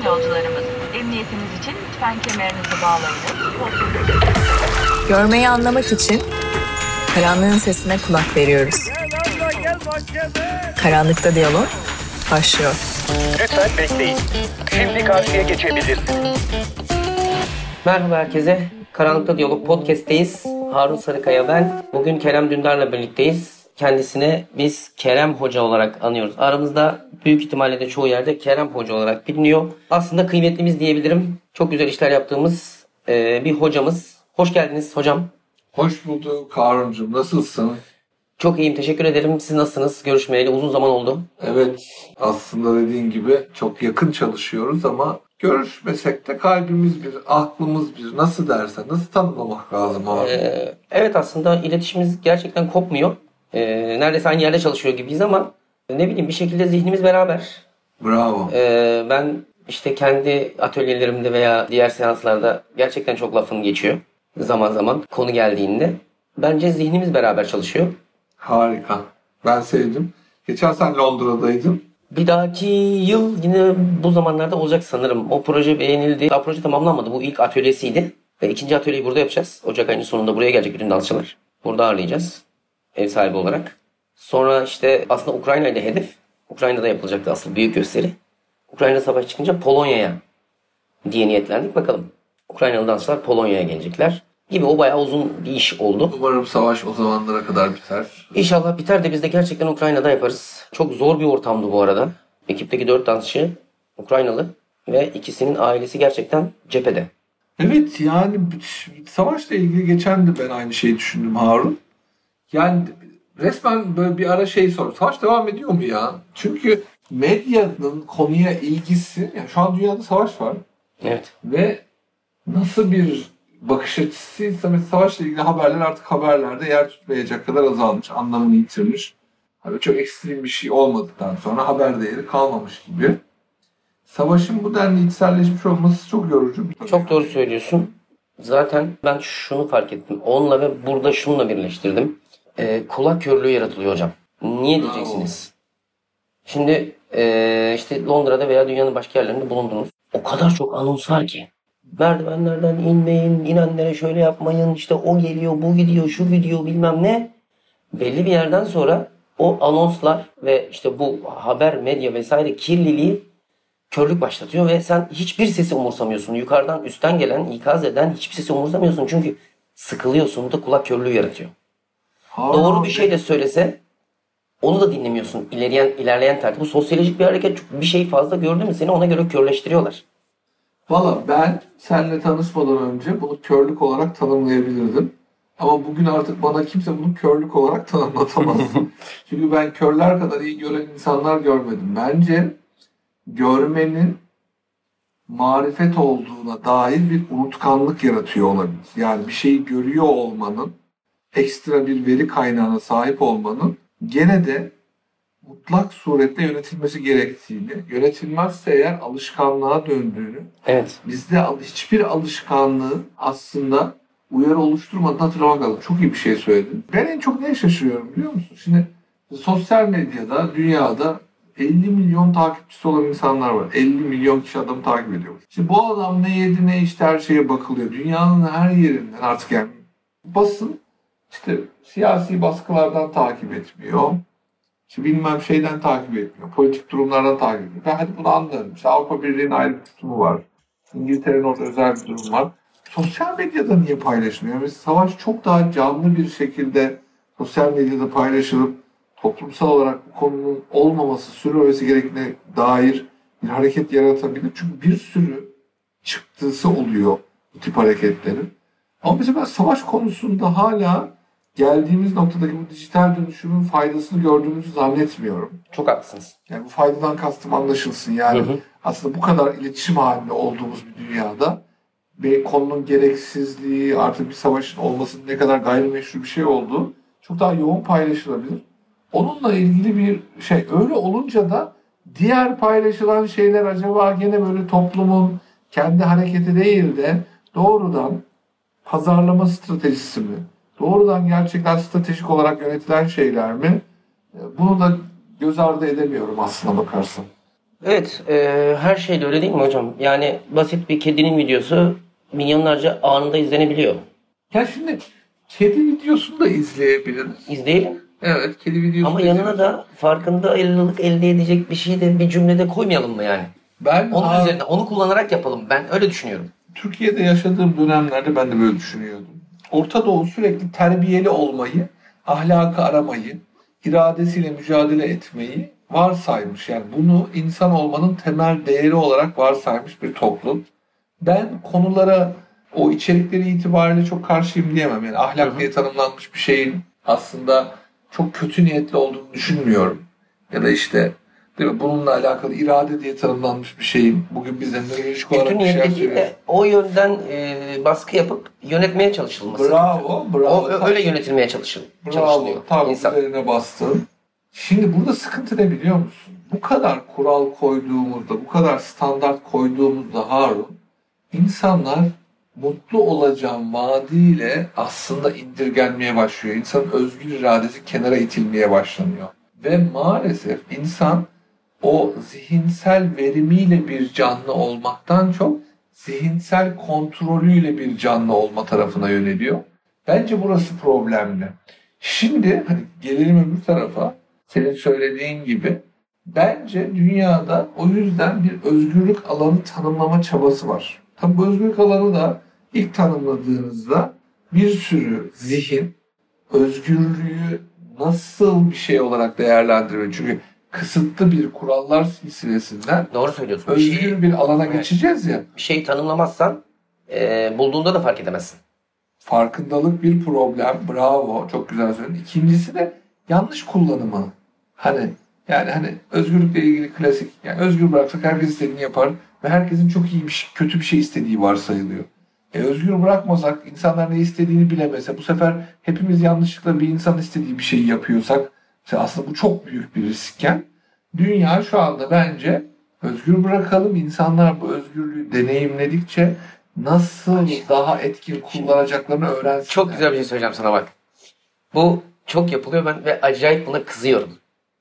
yolcularımız, emniyetiniz için lütfen kemerinizi bağlayınız. Görmeyi anlamak için karanlığın sesine kulak veriyoruz. Karanlıkta diyalog başlıyor. Lütfen bekleyin. Şimdi karşıya geçebilirsiniz. Merhaba herkese. Karanlıkta Diyalog Podcast'teyiz. Harun Sarıkaya ben. Bugün Kerem Dündar'la birlikteyiz. Kendisine biz Kerem Hoca olarak anıyoruz. Aramızda büyük ihtimalle de çoğu yerde Kerem Hoca olarak biliniyor. Aslında kıymetlimiz diyebilirim. Çok güzel işler yaptığımız bir hocamız. Hoş geldiniz hocam. Hoş bulduk Harun'cum. Nasılsın? Çok iyiyim. Teşekkür ederim. Siz nasılsınız? Görüşmeyeli uzun zaman oldu. Evet. Aslında dediğin gibi çok yakın çalışıyoruz ama görüşmesek de kalbimiz bir, aklımız bir. Nasıl dersen, nasıl tanımlamak lazım abi? Evet, aslında iletişimimiz gerçekten kopmuyor. Neredeyse aynı yerde çalışıyor gibiyiz ama ne bileyim bir şekilde zihnimiz beraber. Bravo. Ben işte kendi atölyelerimde veya diğer seanslarda gerçekten çok lafım geçiyor. Zaman zaman konu geldiğinde. Bence zihnimiz beraber çalışıyor. Harika. Ben sevdim. Geçen sen Londra'daydın. Bir dahaki yıl yine bu zamanlarda olacak sanırım. O proje beğenildi. Daha proje tamamlanmadı. Bu ilk atölyesiydi. Ve ikinci atölyeyi burada yapacağız. Ocak ayının sonunda buraya gelecek bütün dansçılar. Burada ağırlayacağız. Ev sahibi olarak. Sonra işte aslında Ukrayna'ydı hedef. Ukrayna'da yapılacaktı asıl büyük gösteri. Ukrayna savaş çıkınca Polonya'ya diye niyetlendik. Bakalım. Ukraynalı dansçılar Polonya'ya gelecekler. Gibi o bayağı uzun bir iş oldu. Umarım savaş o zamanlara kadar biter. İnşallah biter de biz de gerçekten Ukrayna'da yaparız. Çok zor bir ortamdı bu arada. Ekipteki 4 dansçı Ukraynalı ve ikisinin ailesi gerçekten cephede. Evet, yani savaşla ilgili geçen de ben aynı şeyi düşündüm Harun. Yani resmen böyle bir ara şey sor. Savaş devam ediyor mu ya? Çünkü medyanın konuya ilgisi, yani şu an dünyada savaş var. Evet. Ve nasıl bir bakış açısıysa mesela savaşla ilgili haberler artık haberlerde yer tutmayacak kadar azalmış, anlamını yitirmiş. Hani çok ekstrem bir şey olmadıktan sonra haber değeri kalmamış gibi. Savaşın bu denli içselleşmiş olması çok yorucu. Çok doğru söylüyorsun. Zaten ben şunu fark ettim. Onunla ve burada şununla birleştirdim. Kulak körlüğü yaratılıyor hocam. Niye diyeceksiniz? Şimdi işte Londra'da veya dünyanın başka yerlerinde bulundunuz. O kadar çok anons var ki. Merdivenlerden inmeyin, inenlere şöyle yapmayın, işte o geliyor, bu gidiyor, şu gidiyor bilmem ne. Belli bir yerden sonra o anonslar ve işte bu haber, medya vesaire kirliliği körlük başlatıyor ve sen hiçbir sesi umursamıyorsun. Yukarıdan, üstten gelen, ikaz eden hiçbir sesi umursamıyorsun çünkü sıkılıyorsun. Bu da kulak körlüğü yaratıyor. Doğru bir şey de söylese onu da dinlemiyorsun ilerleyen tarihte. Bu sosyolojik bir hareket, bir şey fazla gördün mü seni ona göre körleştiriyorlar. Valla ben seninle tanışmadan önce bunu körlük olarak tanımlayabilirdim. Ama bugün artık bana kimse bunu körlük olarak tanımlatamaz. Çünkü ben körler kadar iyi gören insanlar görmedim. Bence görmenin marifet olduğuna dair bir unutkanlık yaratıyor olabilir. Yani bir şeyi görüyor olmanın, ekstra bir veri kaynağına sahip olmanın gene de mutlak surette yönetilmesi gerektiğini, yönetilmezse eğer alışkanlığa döndüğünü, Evet. bizde hiçbir alışkanlığı aslında uyarı oluşturmadığını hatırlamak lazım. Çok iyi bir şey söyledin. Ben en çok neye şaşırıyorum biliyor musun? Şimdi sosyal medyada, dünyada 50 milyon takipçisi olan insanlar var. 50 milyon kişi adamı takip ediyor. Şimdi bu adam ne yedi ne içti her şeye bakılıyor. Dünyanın her yerinden artık yani basın işte siyasi baskılardan takip etmiyor. İşte bilmem şeyden takip etmiyor. Politik durumlardan takip etmiyor. Ben hadi bunu anlarım. İşte Avrupa Birliği'nin ayrı bir tutumu var. İngiltere'nin orada özel bir durum var. Sosyal medyada niye paylaşılmıyor? Mesela savaş çok daha canlı bir şekilde sosyal medyada paylaşılıp toplumsal olarak bu konunun olmaması, sürülmesi gerektiğine dair bir hareket yaratabilir. Çünkü bir sürü çıktısı oluyor bu tip hareketlerin. Ama mesela ben savaş konusunda hala geldiğimiz noktadaki bu dijital dönüşümün faydasını gördüğümüzü zannetmiyorum. Çok haklısınız. Yani bu faydadan kastım anlaşılsın. Yani aslında bu kadar iletişim halinde olduğumuz bir dünyada ve konunun gereksizliği, artık bir savaşın olmasının ne kadar gayrimeşru bir şey olduğu çok daha yoğun paylaşılabilir. Onunla ilgili bir şey. Öyle olunca da diğer paylaşılan şeyler acaba gene böyle toplumun kendi hareketi değil de doğrudan pazarlama stratejisi mi? Doğrudan gerçekten stratejik olarak yönetilen şeyler mi? Bunu da göz ardı edemiyorum aslına bakarsan. Evet, her şey de öyle değil mi hocam? Yani basit bir kedinin videosu milyonlarca anında izlenebiliyor. Ya şimdi kedi videosunu da izleyebiliriz. İzleyelim. Evet, kedi videosu Ama yanına da farkındalık elde edecek bir şey de bir cümlede koymayalım mı yani? ben Onun üzerine onu kullanarak yapalım. Ben öyle düşünüyorum. Türkiye'de yaşadığım dönemlerde ben de böyle düşünüyordum. Orta Doğu sürekli terbiyeli olmayı, ahlakı aramayı, iradesiyle mücadele etmeyi varsaymış. Yani bunu insan olmanın temel değeri olarak varsaymış bir toplum. Ben konulara o içerikleri itibariyle çok karşıyım diyemem. Yani ahlak diye tanımlanmış bir şeyin aslında çok kötü niyetli olduğunu düşünmüyorum. Ya da işte değil mi? Bununla alakalı irade diye tanımlanmış bir şeyin bugün bizden nörolojik olarak Kötü bir şey niyetli değil söylüyor. de o yönden baskı yapıp yönetmeye çalışılması. Bravo. Öyle yönetilmeye çalışılıyor Bravo. Tam insan. üzerine bastın. Şimdi burada sıkıntı ne biliyor musun? Bu kadar kural koyduğumuzda, bu kadar standart koyduğumuzda Harun, insanlar mutlu olacağım vaadiyle aslında indirgenmeye başlıyor. İnsanın özgür iradesi kenara itilmeye başlanıyor. Ve maalesef insan o zihinsel verimiyle bir canlı olmaktan çok zihinsel kontrolüyle bir canlı olma tarafına yöneliyor. Bence burası problemli. Şimdi hani gelelim öbür tarafa. Senin söylediğin gibi bence dünyada o yüzden bir özgürlük alanı tanımlama çabası var. Tabii bu özgürlük alanı da ilk tanımladığınızda bir sürü zihin özgürlüğü nasıl bir şey olarak değerlendiriyor? Çünkü kısıtlı bir kurallar silsilesinden Doğru söylüyorsun. özgür bir alana geçeceğiz ya. Bir şeyi tanımlamazsan bulduğunda da fark edemezsin. Farkındalık bir problem. Bravo. Çok güzel söyledin. İkincisi de yanlış kullanımı. Hani özgürlükle ilgili klasik. Yani özgür bıraksak herkes istediğini yapar ve herkesin çok iyi bir şey, kötü bir şey istediği varsayılıyor. Özgür bırakmasak, insanlar ne istediğini bilemese, bu sefer hepimiz yanlışlıkla bir insan istediği bir şeyi yapıyorsak, aslında bu çok büyük bir riskken, dünya şu anda bence özgür bırakalım, insanlar bu özgürlüğü deneyimledikçe nasıl daha etkin kullanacaklarını öğrensinler. Çok güzel bir şey söyleyeceğim sana bak. Bu çok yapılıyor ben ve acayip buna kızıyorum.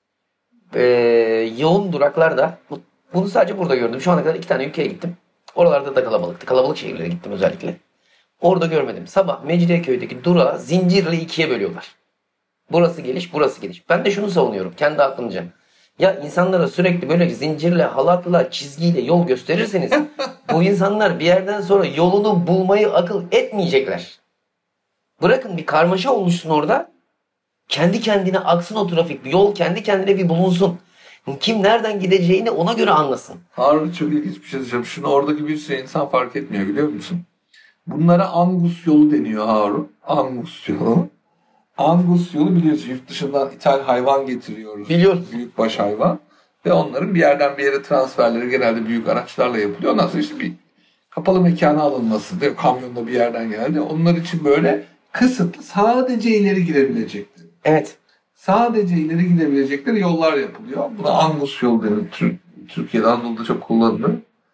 Yoğun duraklarda, bunu sadece burada gördüm. Şu ana kadar 2 tane ülkeye gittim. Oralarda da kalabalıktı. Kalabalık şehirlere gittim özellikle. Orada görmedim. Sabah Mecidiyeköy'deki durağı zincirle 2'ye bölüyorlar. Burası geliş, burası geliş. Ben de şunu savunuyorum kendi aklımca. Ya insanlara sürekli böyle zincirle, halatla, çizgiyle yol gösterirseniz bu insanlar bir yerden sonra yolunu bulmayı akıl etmeyecekler. Bırakın bir karmaşa oluşsun orada. Kendi kendine aksın o trafik. Bir yol kendi kendine bir bulunsun. Kim nereden gideceğini ona göre anlasın. Harun çok ilginç bir şey söyleyeceğim. Şunu oradaki bir sürü insan fark etmiyor biliyor musun? Bunlara Angus yolu deniyor Harun. Angus yolu. Angus yolu biliyorsun yurt dışından ithal hayvan getiriyoruz. Biliyorum. Büyükbaş hayvan. Ve onların bir yerden bir yere transferleri genelde büyük araçlarla yapılıyor. Ondan sonra işte bir kapalı mekana alınması. Değil mi? Kamyonda bir yerden geldi. Onlar için böyle kısıtlı sadece ileri girebilecektir. Evet. Sadece ileri gidebilecekleri yollar yapılıyor. Buna Angus yolu denir. Türkiye'de Anadolu'da çok kullanılır.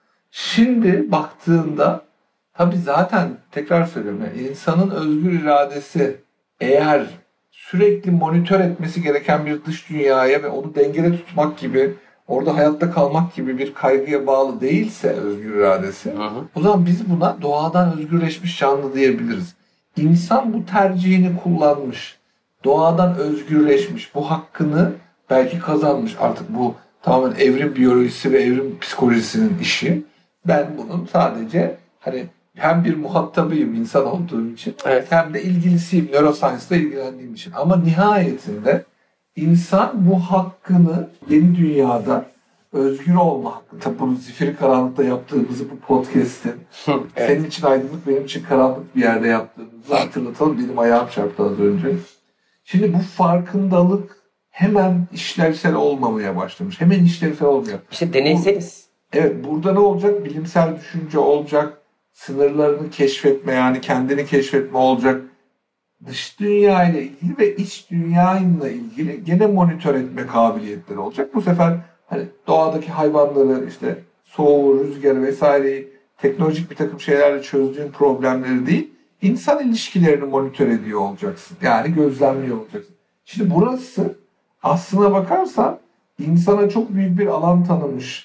Şimdi baktığında tabii zaten tekrar söylüyorum. Yani insanın özgür iradesi eğer sürekli monitör etmesi gereken bir dış dünyaya ve onu dengede tutmak gibi orada hayatta kalmak gibi bir kaygıya bağlı değilse özgür iradesi o zaman biz buna doğadan özgürleşmiş canlı diyebiliriz. İnsan bu tercihini kullanmış. Doğadan özgürleşmiş. Bu hakkını belki kazanmış. Artık bu tamamen evrim biyolojisi ve evrim psikolojisinin işi. Ben bunun sadece hani hem bir muhatabıyım insan olduğum için hem de ilgilisiyim neuroscience'la ilgilendiğim için. Ama nihayetinde insan bu hakkını yeni dünyada özgür olma hakkı. Tabi bunu Zifiri Karanlık'ta yaptığımızı bu podcast'in senin için aydınlık benim için karanlık bir yerde yaptığımızı hatırlatalım. Benim ayağım çarptı az önce. Şimdi bu farkındalık hemen işlevsel olmamaya başlamış. Hemen işlevsel olmuyor. İşte deneyseniz. Evet, burada ne olacak? Bilimsel düşünce olacak. Sınırlarını keşfetme yani kendini keşfetme olacak. Dış dünya ile ilgili ve iç dünyayla ilgili gene monitör etme kabiliyetleri olacak. Bu sefer hani doğadaki hayvanları işte soğuğu, rüzgarı vesaireyi teknolojik bir takım şeylerle çözdüğün problemleri değil, İnsan ilişkilerini monitör ediyor olacaksın. Yani gözlemliyor olacaksın. Şimdi burası aslına bakarsan insana çok büyük bir alan tanımış.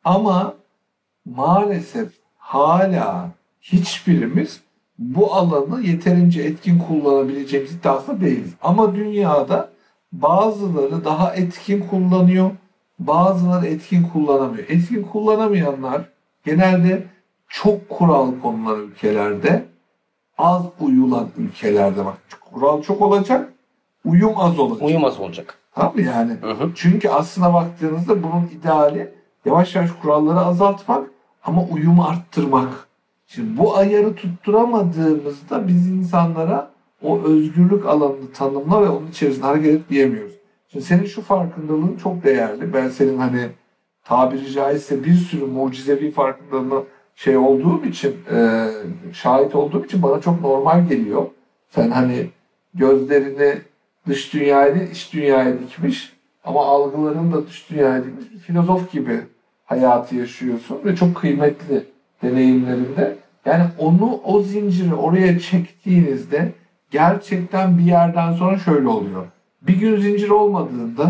Ama maalesef hala hiçbirimiz bu alanı yeterince etkin kullanabileceğimiz iddiasında değiliz. Ama dünyada bazıları daha etkin kullanıyor, bazıları etkin kullanamıyor. Etkin kullanamayanlar genelde çok kural konulan ülkelerde, az uyulan ülkelerde bak. Kural çok olacak, uyum az olacak. Uyum az olacak. Tamam mı yani? Hı hı. Çünkü aslına baktığınızda bunun ideali yavaş yavaş kuralları azaltmak ama uyumu arttırmak. Şimdi bu ayarı tutturamadığımızda biz insanlara o özgürlük alanını tanımla ve onun içerisinde hareket et diyemiyoruz. Şimdi senin şu farkındalığın çok değerli. Ben senin hani tabiri caizse bir sürü mucizevi farkındalığına olduğum için, şahit olduğum için bana çok normal geliyor. Sen hani gözlerini dış dünyaya değil, iç dünyaya dikmiş ama algılarını da dış dünyaya dikmiş bir filozof gibi hayatı yaşıyorsun ve çok kıymetli deneyimlerinde. Yani o zinciri oraya çektiğinizde gerçekten bir yerden sonra şöyle oluyor. Bir gün zincir olmadığında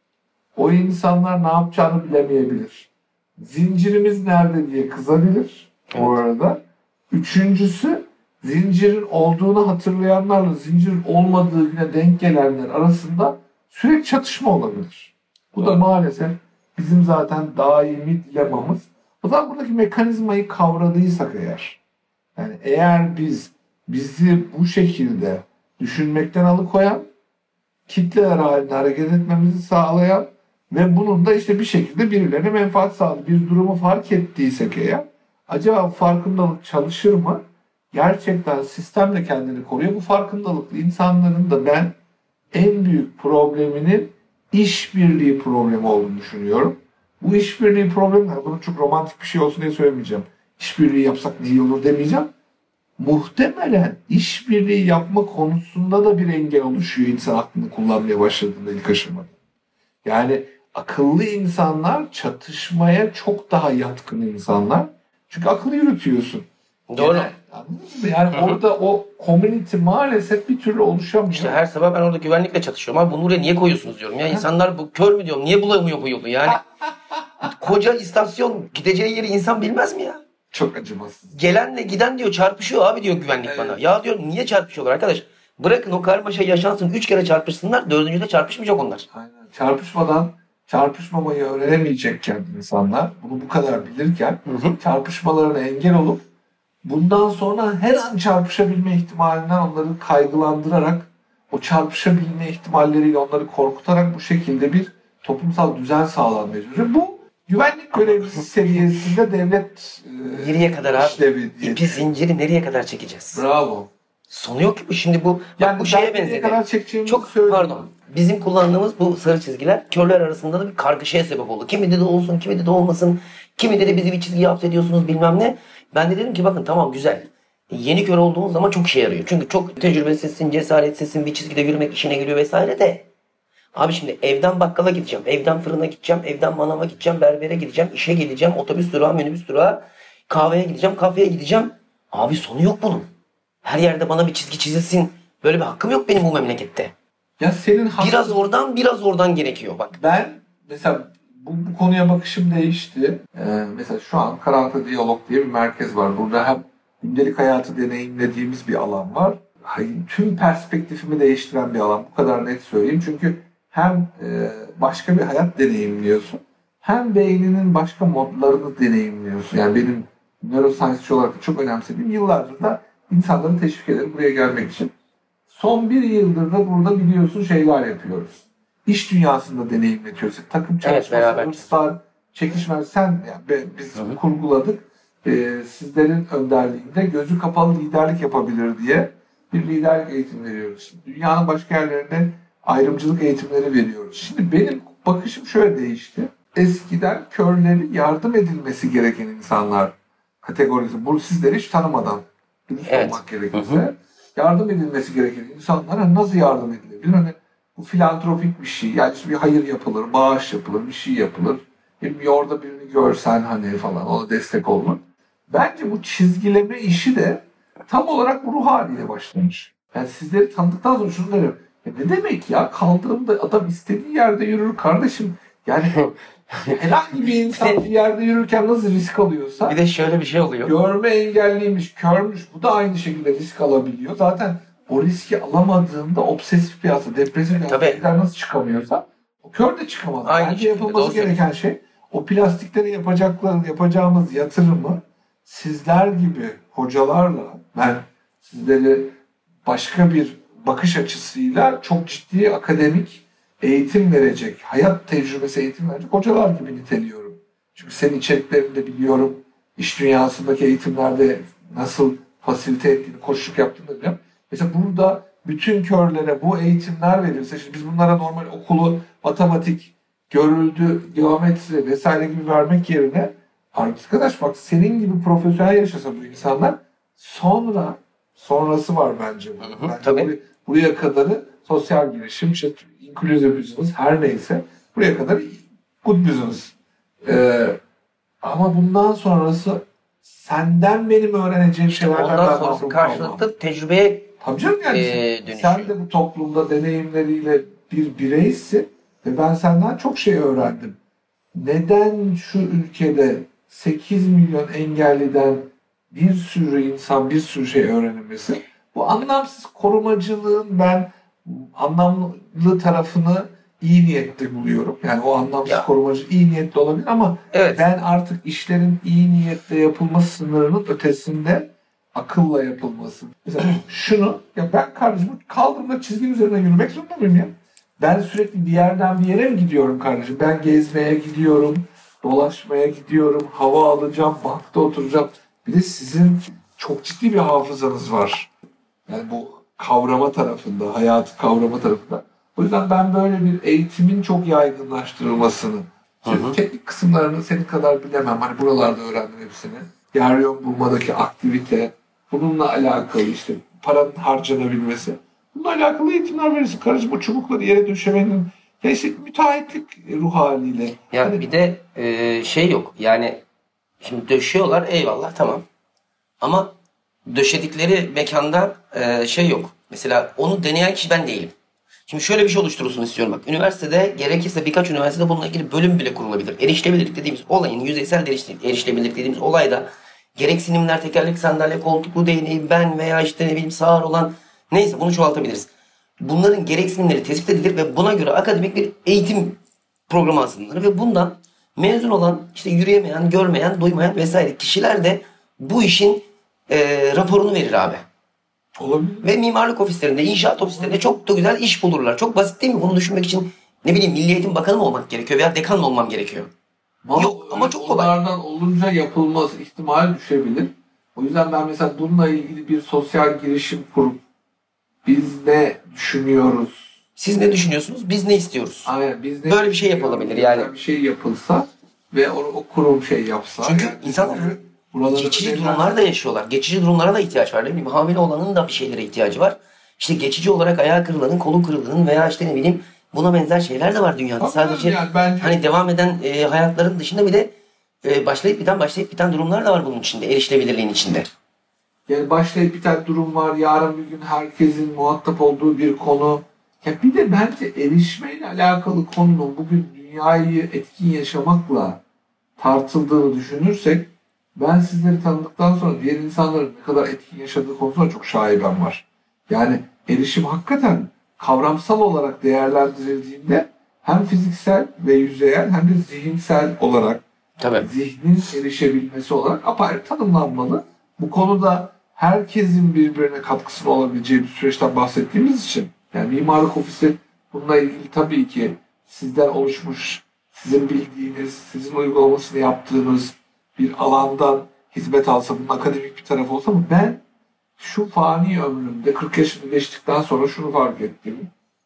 o insanlar ne yapacağını bilemeyebilir. Zincirimiz nerede diye kızabilir bu arada. Üçüncüsü zincirin olduğunu hatırlayanlarla zincirin olmadığı güne denk gelenler arasında sürekli çatışma olabilir. Bu da maalesef bizim zaten daimi dilemamız. O zaman buradaki mekanizmayı kavradıysak yani eğer bizi bu şekilde düşünmekten alıkoyan, kitleler halinde hareket etmemizi sağlayan ve bunun da işte bir şekilde birilerine menfaat sağladığı bir durumu fark ettiysek acaba farkındalık çalışır mı? Gerçekten sistem de kendini koruyor. Bu farkındalıklı insanların da ben en büyük probleminin işbirliği problemi olduğunu düşünüyorum. Bu işbirliği problemi, bunu çok romantik bir şey olsun diye söylemeyeceğim. İşbirliği yapsak ne iyi olur demeyeceğim. Muhtemelen işbirliği yapma konusunda da bir engel oluşuyor insan aklını kullanmaya başladığında ilk aşamada. Yani akıllı insanlar çatışmaya çok daha yatkın insanlar. Çünkü akıllı yürütüyorsun. Doğru. Anladınız mı? Yani orada o community maalesef bir türlü oluşamıyor. İşte her sabah ben orada güvenlikle çatışıyorum. Abi bunu buraya niye koyuyorsunuz diyorum. Ya insanlar bu kör mü diyorum. Niye bulamıyor bu yolu yani? Koca istasyon gideceği yeri insan bilmez mi ya? Çok acımasız. Gelenle giden diyor çarpışıyor abi diyor güvenlik bana. Ya diyor niye çarpışıyorlar arkadaş? Bırakın o karmaşa yaşansın. 3 kere çarpışsınlar. 4. çarpışmayacak onlar. Aynen. Çarpışmamayı öğrenemeyecekken insanlar bunu bu kadar bilirken çarpışmalarına engel olup bundan sonra her an çarpışabilme ihtimalinden onları kaygılandırarak o çarpışabilme ihtimalleriyle onları korkutarak bu şekilde bir toplumsal düzen sağlanmaya çalışıyor. Bu güvenlik görevlisi seviyesinde devlet nereye kadar abi? işlevi diye. İpi zinciri nereye kadar çekeceğiz? Bravo. Sonu yok ki bu. Şimdi bu Yani bu şeye nereye benzedi. kadar çekeceğimizi Çok söyleyeyim. pardon. Bizim kullandığımız bu sarı çizgiler körler arasında da bir kargaşaya sebep oldu. Kimi dedi olsun, kimi dedi olmasın. Kimi dedi bizi bir çizgiye hapsediyorsunuz bilmem ne. Ben de dedim ki bakın tamam güzel. Yeni kör olduğunuz zaman çok işe yarıyor. Çünkü çok tecrübesizsin, cesaretsizsin, bir çizgide yürümek işine geliyor vesaire de. Abi şimdi evden bakkala gideceğim, evden fırına gideceğim, evden manava gideceğim, berbere gideceğim, işe gideceğim, otobüs durağı, minibüs durağı, kahveye gideceğim, kafeye gideceğim. Abi sonu yok bunun. Her yerde bana bir çizgi çizilsin. Böyle bir hakkım yok benim bu memlekette. Ya senin Biraz oradan gerekiyor bak. Ben mesela bu konuya bakışım değişti. Mesela şu an Karanlıkta Diyalog diye bir merkez var. Burada hem gündelik hayatı deneyimlediğimiz bir alan var. Tüm perspektifimi değiştiren bir alan. Bu kadar net söyleyeyim. Çünkü hem başka bir hayat deneyimliyorsun. Hem beyninin başka modlarını deneyimliyorsun. Yani benim neuroscience olarak da çok önemsediğim yıllardır da insanları teşvik ederim buraya gelmek için. Son bir yıldır da burada biliyorsun şeyler yapıyoruz. İş dünyasında deneyimletiyoruz. Takım çalışması, hırslar, çekişmeler. Biz kurguladık. Sizlerin önderliğinde gözü kapalı liderlik yapabilir diye bir liderlik eğitimi veriyoruz. Şimdi dünyanın başka yerlerinde ayrımcılık eğitimleri veriyoruz. Şimdi benim bakışım şöyle değişti. Eskiden körleri yardım edilmesi gereken insanlar kategorisi. Bu sizleri hiç tanımadan dürüst olmak gerekirse yardım edilmesi gereken insanlara nasıl yardım edilebilir? Hani bu filantropik bir şey. Yani işte bir hayır yapılır, bağış yapılır, bir şey yapılır. Bir orada birini görsen hani falan ona destek olmak. Bence bu çizgileme işi de tam olarak bu ruh haliyle başlamış. Yani sizleri tanıdıktan sonra şunu derim. Ne demek ya? Kaldırımda adam istediği yerde yürür kardeşim. Yani Herhangi bir insan bir yerde yürürken nasıl risk alıyorsa Bir de şöyle bir şey oluyor. görme engelliymiş, körmüş, bu da aynı şekilde risk alabiliyor. Zaten o riski alamadığında obsesif bir hasta, depresif bir Tabii. hastalıklar nasıl çıkamıyorsa o kör de çıkamaz. Aynı Bence şekilde, yapılması doğru gereken şey o plastiklere yapacağımız yatırımı sizler gibi hocalarla ben sizleri başka bir bakış açısıyla çok ciddi akademik eğitim verecek, hayat tecrübesi eğitim verecek hocalar gibi niteliyorum. Çünkü senin içeriklerini de biliyorum. İş dünyasındaki eğitimlerde nasıl fasilite ettiğini, koçluk yaptığını da biliyorum. Mesela burada bütün körlere bu eğitimler verilse, şimdi biz bunlara normal okulu, matematik, görüldü, geometri vesaire gibi vermek yerine arkadaş bak senin gibi profesyonel yaşasa bu insanlar sonrası var bence. Bence tabii. buraya kadarı sosyal girişim, işte inclusive business her neyse buraya kadar good business. Ama bundan sonrası senden benim öğreneceğim şeylerden Ondan ben sonrası mahrum kalmam. karşılıklı tecrübeye Tabii canım yani dönüşüyor. sen de bu toplumda deneyimleriyle bir bireysin ve ben senden çok şey öğrendim. Neden şu ülkede 8 milyon engelliden bir sürü insan bir sürü şey öğrenemesi? Bu anlamsız korumacılığın ben anlamlı tarafını iyi niyetli buluyorum. Yani o anlamsız korumacı iyi niyetli olabilir ama Evet. ben artık işlerin iyi niyetle yapılması sınırının ötesinde akılla yapılması. Mesela şunu, ya ben kardeşim kaldırımda çizgi üzerine yürümek zorunda mıyım ya? Ben sürekli bir yerden bir yere mi gidiyorum kardeşim? Ben gezmeye gidiyorum, dolaşmaya gidiyorum, hava alacağım, bankta oturacağım. Bir de sizin çok ciddi bir hafızanız var. Yani bu kavrama tarafında, hayatı kavrama tarafında. O yüzden ben böyle bir eğitimin çok yaygınlaştırılmasını, teknik kısımlarını senin kadar bilemem. Hani buralarda öğrendim hepsini. Yer yön bulmadaki aktivite, bununla alakalı işte paranın harcanabilmesi. Bununla alakalı eğitimler verirsin. Karıcığım o çubukları yere döşemenin ya işte müteahhitlik ruh haliyle. Ya Hani bir de şey yok. Yani şimdi döşüyorlar eyvallah tamam. Ama döşedikleri mekanda şey yok. Mesela onu deneyen kişi ben değilim. Şimdi şöyle bir şey oluşturulsun istiyorum bak. Üniversitede gerekirse birkaç üniversitede bununla ilgili bölüm bile kurulabilir. Erişilebilirlik dediğimiz olayın, yüzeysel erişilebilirlik dediğimiz olayda gereksinimler, tekerlek, sandalye, koltuklu değneği, ben veya işte ne bileyim sağır olan neyse bunu çoğaltabiliriz. Bunların gereksinimleri tespit edilir ve buna göre akademik bir eğitim programı hazırlanır ve bundan mezun olan işte yürüyemeyen, görmeyen, duymayan vesaire kişiler de bu işin raporunu verir abi. olabilir. Ve mimarlık ofislerinde, inşaat ofislerinde çok da güzel iş bulurlar. Çok basit değil mi? Bunu düşünmek için ne bileyim Milli Eğitim Bakanı mı olmak gerekiyor veya dekan mı olmam gerekiyor? Yok ama çok kolay. Onlardan olunca yapılması ihtimali düşebilir. O yüzden ben mesela bununla ilgili bir sosyal girişim kurup biz ne düşünüyoruz? Siz ne düşünüyorsunuz? Biz ne istiyoruz? Aynen, biz ne Böyle bir şey yapılabilir yani. Bir şey yapılsa ve o kurum şey yapsa. Çünkü yani insanlar buraları geçici neler- durumlar da yaşıyorlar. Geçici durumlara da ihtiyaç var. Ne bileyim hamile olanın da bir şeylere ihtiyacı var. İşte geçici olarak ayağı kırılanın, kolu kırılanın veya işte ne bileyim buna benzer şeyler de var dünyada. Tabii Sadece yani bence- hani devam eden hayatların dışında bir de başlayıp biten durumlar da var bunun içinde. Erişilebilirliğin içinde. Yani başlayıp biten durum var. Yarın bir gün herkesin muhatap olduğu bir konu. Ya bir de bence erişmeyle alakalı konunun bugün dünyayı etkin yaşamakla tartıldığını düşünürsek ben sizleri tanıdıktan sonra diğer insanların ne kadar etkin yaşadığı konusunda çok şaibem var. Yani erişim hakikaten kavramsal olarak değerlendirildiğinde hem fiziksel ve yüzeyel hem de zihinsel olarak Tabii. zihnin erişebilmesi olarak apayrı tanımlanmalı. Bu konuda herkesin birbirine katkısının olabileceği bir süreçten bahsettiğimiz için yani mimarlık ofisi bununla ilgili tabii ki sizden oluşmuş, sizin bildiğiniz, sizin uygulamasını yaptığınız bir alandan hizmet alsa, bunun akademik bir tarafı olsa mı ben şu fani ömrümde 40 yaşını geçtikten sonra şunu fark ettim.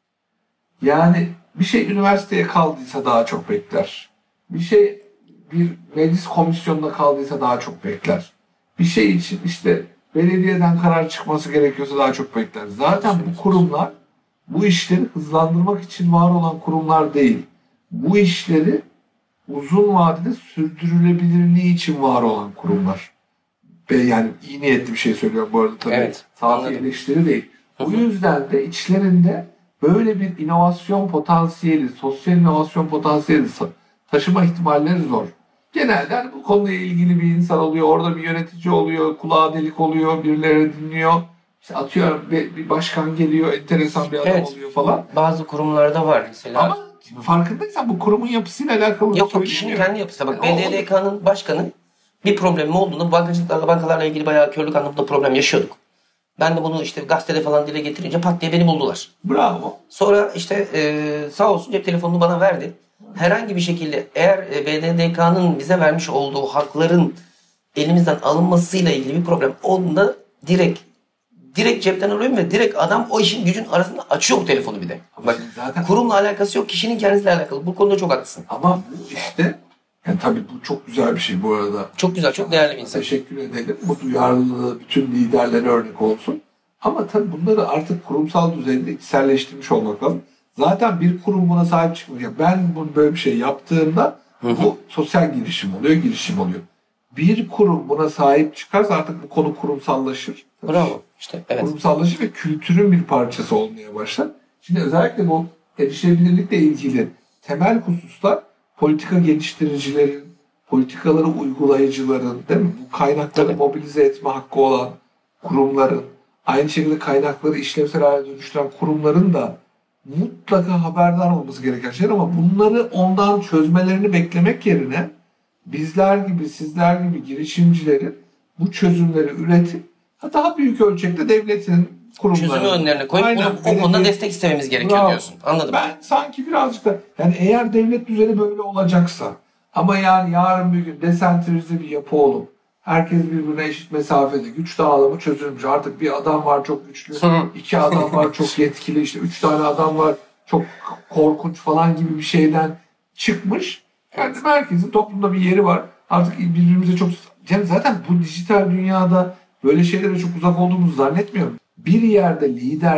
Yani bir şey üniversiteye kaldıysa daha çok bekler. Bir şey bir meclis komisyonuna kaldıysa daha çok bekler. Bir şey için işte belediyeden karar çıkması gerekiyorsa daha çok bekler. Zaten bu kurumlar bu işleri hızlandırmak için var olan kurumlar değil. Bu işleri uzun vadede sürdürülebilirliği için var olan kurumlar. Ve yani iyi niyetli bir şey söylüyorum bu arada tabii. Evet, Safi anladım. eleştiri değil. O yüzden de içlerinde böyle bir inovasyon potansiyeli, sosyal inovasyon potansiyeli taşıma ihtimalleri zor. Genelde hani bu konuyla ilgili bir insan oluyor, orada bir yönetici oluyor, kulağı delik oluyor, birileri dinliyor. İşte atıyorum bir başkan geliyor, enteresan bir adam oluyor falan. Bazı kurumlarda var mesela. Ama farkındaysan bu kurumun yapısıyla alakalı. Yok kişinin kendi yapısı. Bak BDDK'nın başkanı bir problemi olduğunda bankalarla ilgili bayağı körlük anlamında problem yaşıyorduk. Ben de bunu işte gazetede falan dile getirince pat diye beni buldular. Bravo. Sonra işte sağ olsun cep telefonunu bana verdi. Herhangi bir şekilde eğer BDDK'nın bize vermiş olduğu hakların elimizden alınmasıyla ilgili bir problem olduğunda direkt cepten alıyorum ve direkt adam o işin gücün arasında açıyor bu telefonu bir de. Bak zaten kurumla alakası yok, kişinin kendisiyle alakalı. Bu konuda çok haklısın. ama bu işte yani tabii bu çok güzel bir şey bu arada. Çok güzel, çok değerli bir insan. Teşekkür ederim. Bu duyarlılığı bütün liderlere örnek olsun. Ama tabii bunları artık kurumsal düzeyde içselleştirmiş olmak lazım. Zaten bir kurum buna sahip çıkmıyor. Yani ben bunu böyle bir şey yaptığımda bu sosyal girişim oluyor. Bir kurum buna sahip çıkarsa artık bu konu kurumsallaşır. Bravo. İşte evet. Kurumsallaşır ve kültürün bir parçası olmaya başlar. Şimdi özellikle bu erişebilirlikle ilgili temel hususlar politika geliştiricilerin, politikaları uygulayıcıların, değil mi? Bu kaynakları mobilize etme hakkı olan kurumların, aynı şekilde kaynakları işlevsel hale dönüştüren kurumların da mutlaka haberdar olması gereken şeyler ama bunları ondan çözmelerini beklemek yerine bizler gibi, sizler gibi girişimcilerin bu çözümleri üretip daha büyük ölçekte devletin kurumları. Çözümü önlerine koyup o konuda destek istememiz gerekiyor diyorsun. Anladım. Ben sanki birazcık da yani eğer devlet düzeni böyle olacaksa ama yani yarın bir gün desentralize bir yapı olup herkes birbirine eşit mesafede güç dağılımı çözülmüş. Artık bir adam var çok güçlü, iki adam var çok yetkili, işte 3 tane adam var çok korkunç falan gibi bir şeyden çıkmış. Yani herkesin toplumda bir yeri var. Artık birbirimize çok... Yani zaten bu dijital dünyada böyle şeylere çok uzak olduğumuzu zannetmiyorum. Bir yerde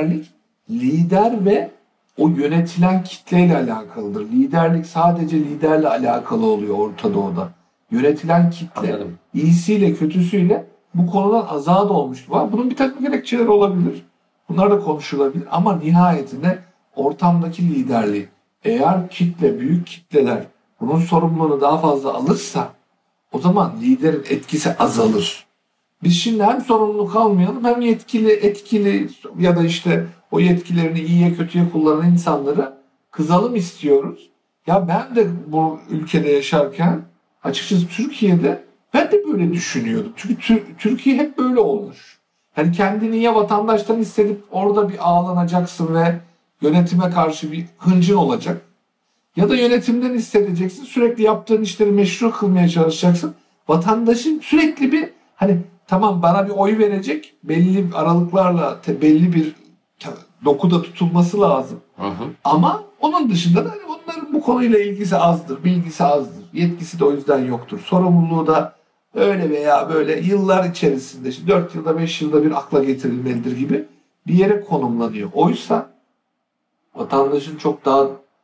lider ve o yönetilen kitleyle alakalıdır. Liderlik sadece liderle alakalı oluyor Orta Doğu'da. Yönetilen kitle iyisiyle kötüsüyle bu konudan azad olmuş. Bunun bir takım gerekçeleri olabilir. Bunlar da konuşulabilir ama nihayetinde ortamdaki liderliği eğer büyük kitleler bunun sorumluluğunu daha fazla alırsa o zaman liderin etkisi azalır. Biz şimdi hem sorumluluk almayalım hem etkili ya da işte o yetkilerini iyiye kötüye kullanan insanlara kızalım istiyoruz. Ya ben de bu ülkede yaşarken açıkçası Türkiye'de ben de böyle düşünüyordum. Çünkü Türkiye hep böyle olmuş. Yani kendini ya vatandaştan hissedip orada bir ağlanacaksın ve yönetime karşı bir hıncın olacak. Ya da yönetimden hissedeceksin. Sürekli yaptığın işleri meşru kılmaya çalışacaksın. Vatandaşın sürekli bir tamam bana bir oy verecek. Belli aralıklarla belli bir dokuda tutulması lazım. Ama onun dışında da onların bu konuyla ilgisi azdır. Bilgisi azdır. Yetkisi de o yüzden yoktur. Sorumluluğu da öyle veya böyle yıllar içerisinde 4 yılda 5 yılda bir akla getirilmelidir gibi bir yere konumlanıyor. Oysa vatandaşın çok daha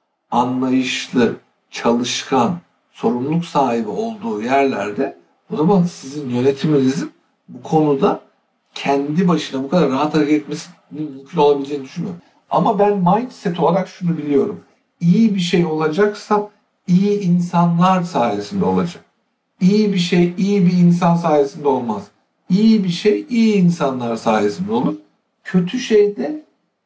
anlayışlı, çalışkan, sorumluluk sahibi olduğu yerlerde o zaman sizin yönetiminizin bu konuda kendi başına bu kadar rahat hareket etmesi mümkün olabileceğini düşünmüyorum. Ama ben mindset olarak şunu biliyorum. İyi bir şey olacaksa iyi insanlar sayesinde olacak. İyi bir şey iyi bir insan sayesinde olmaz. İyi bir şey iyi insanlar sayesinde olur. Kötü şey de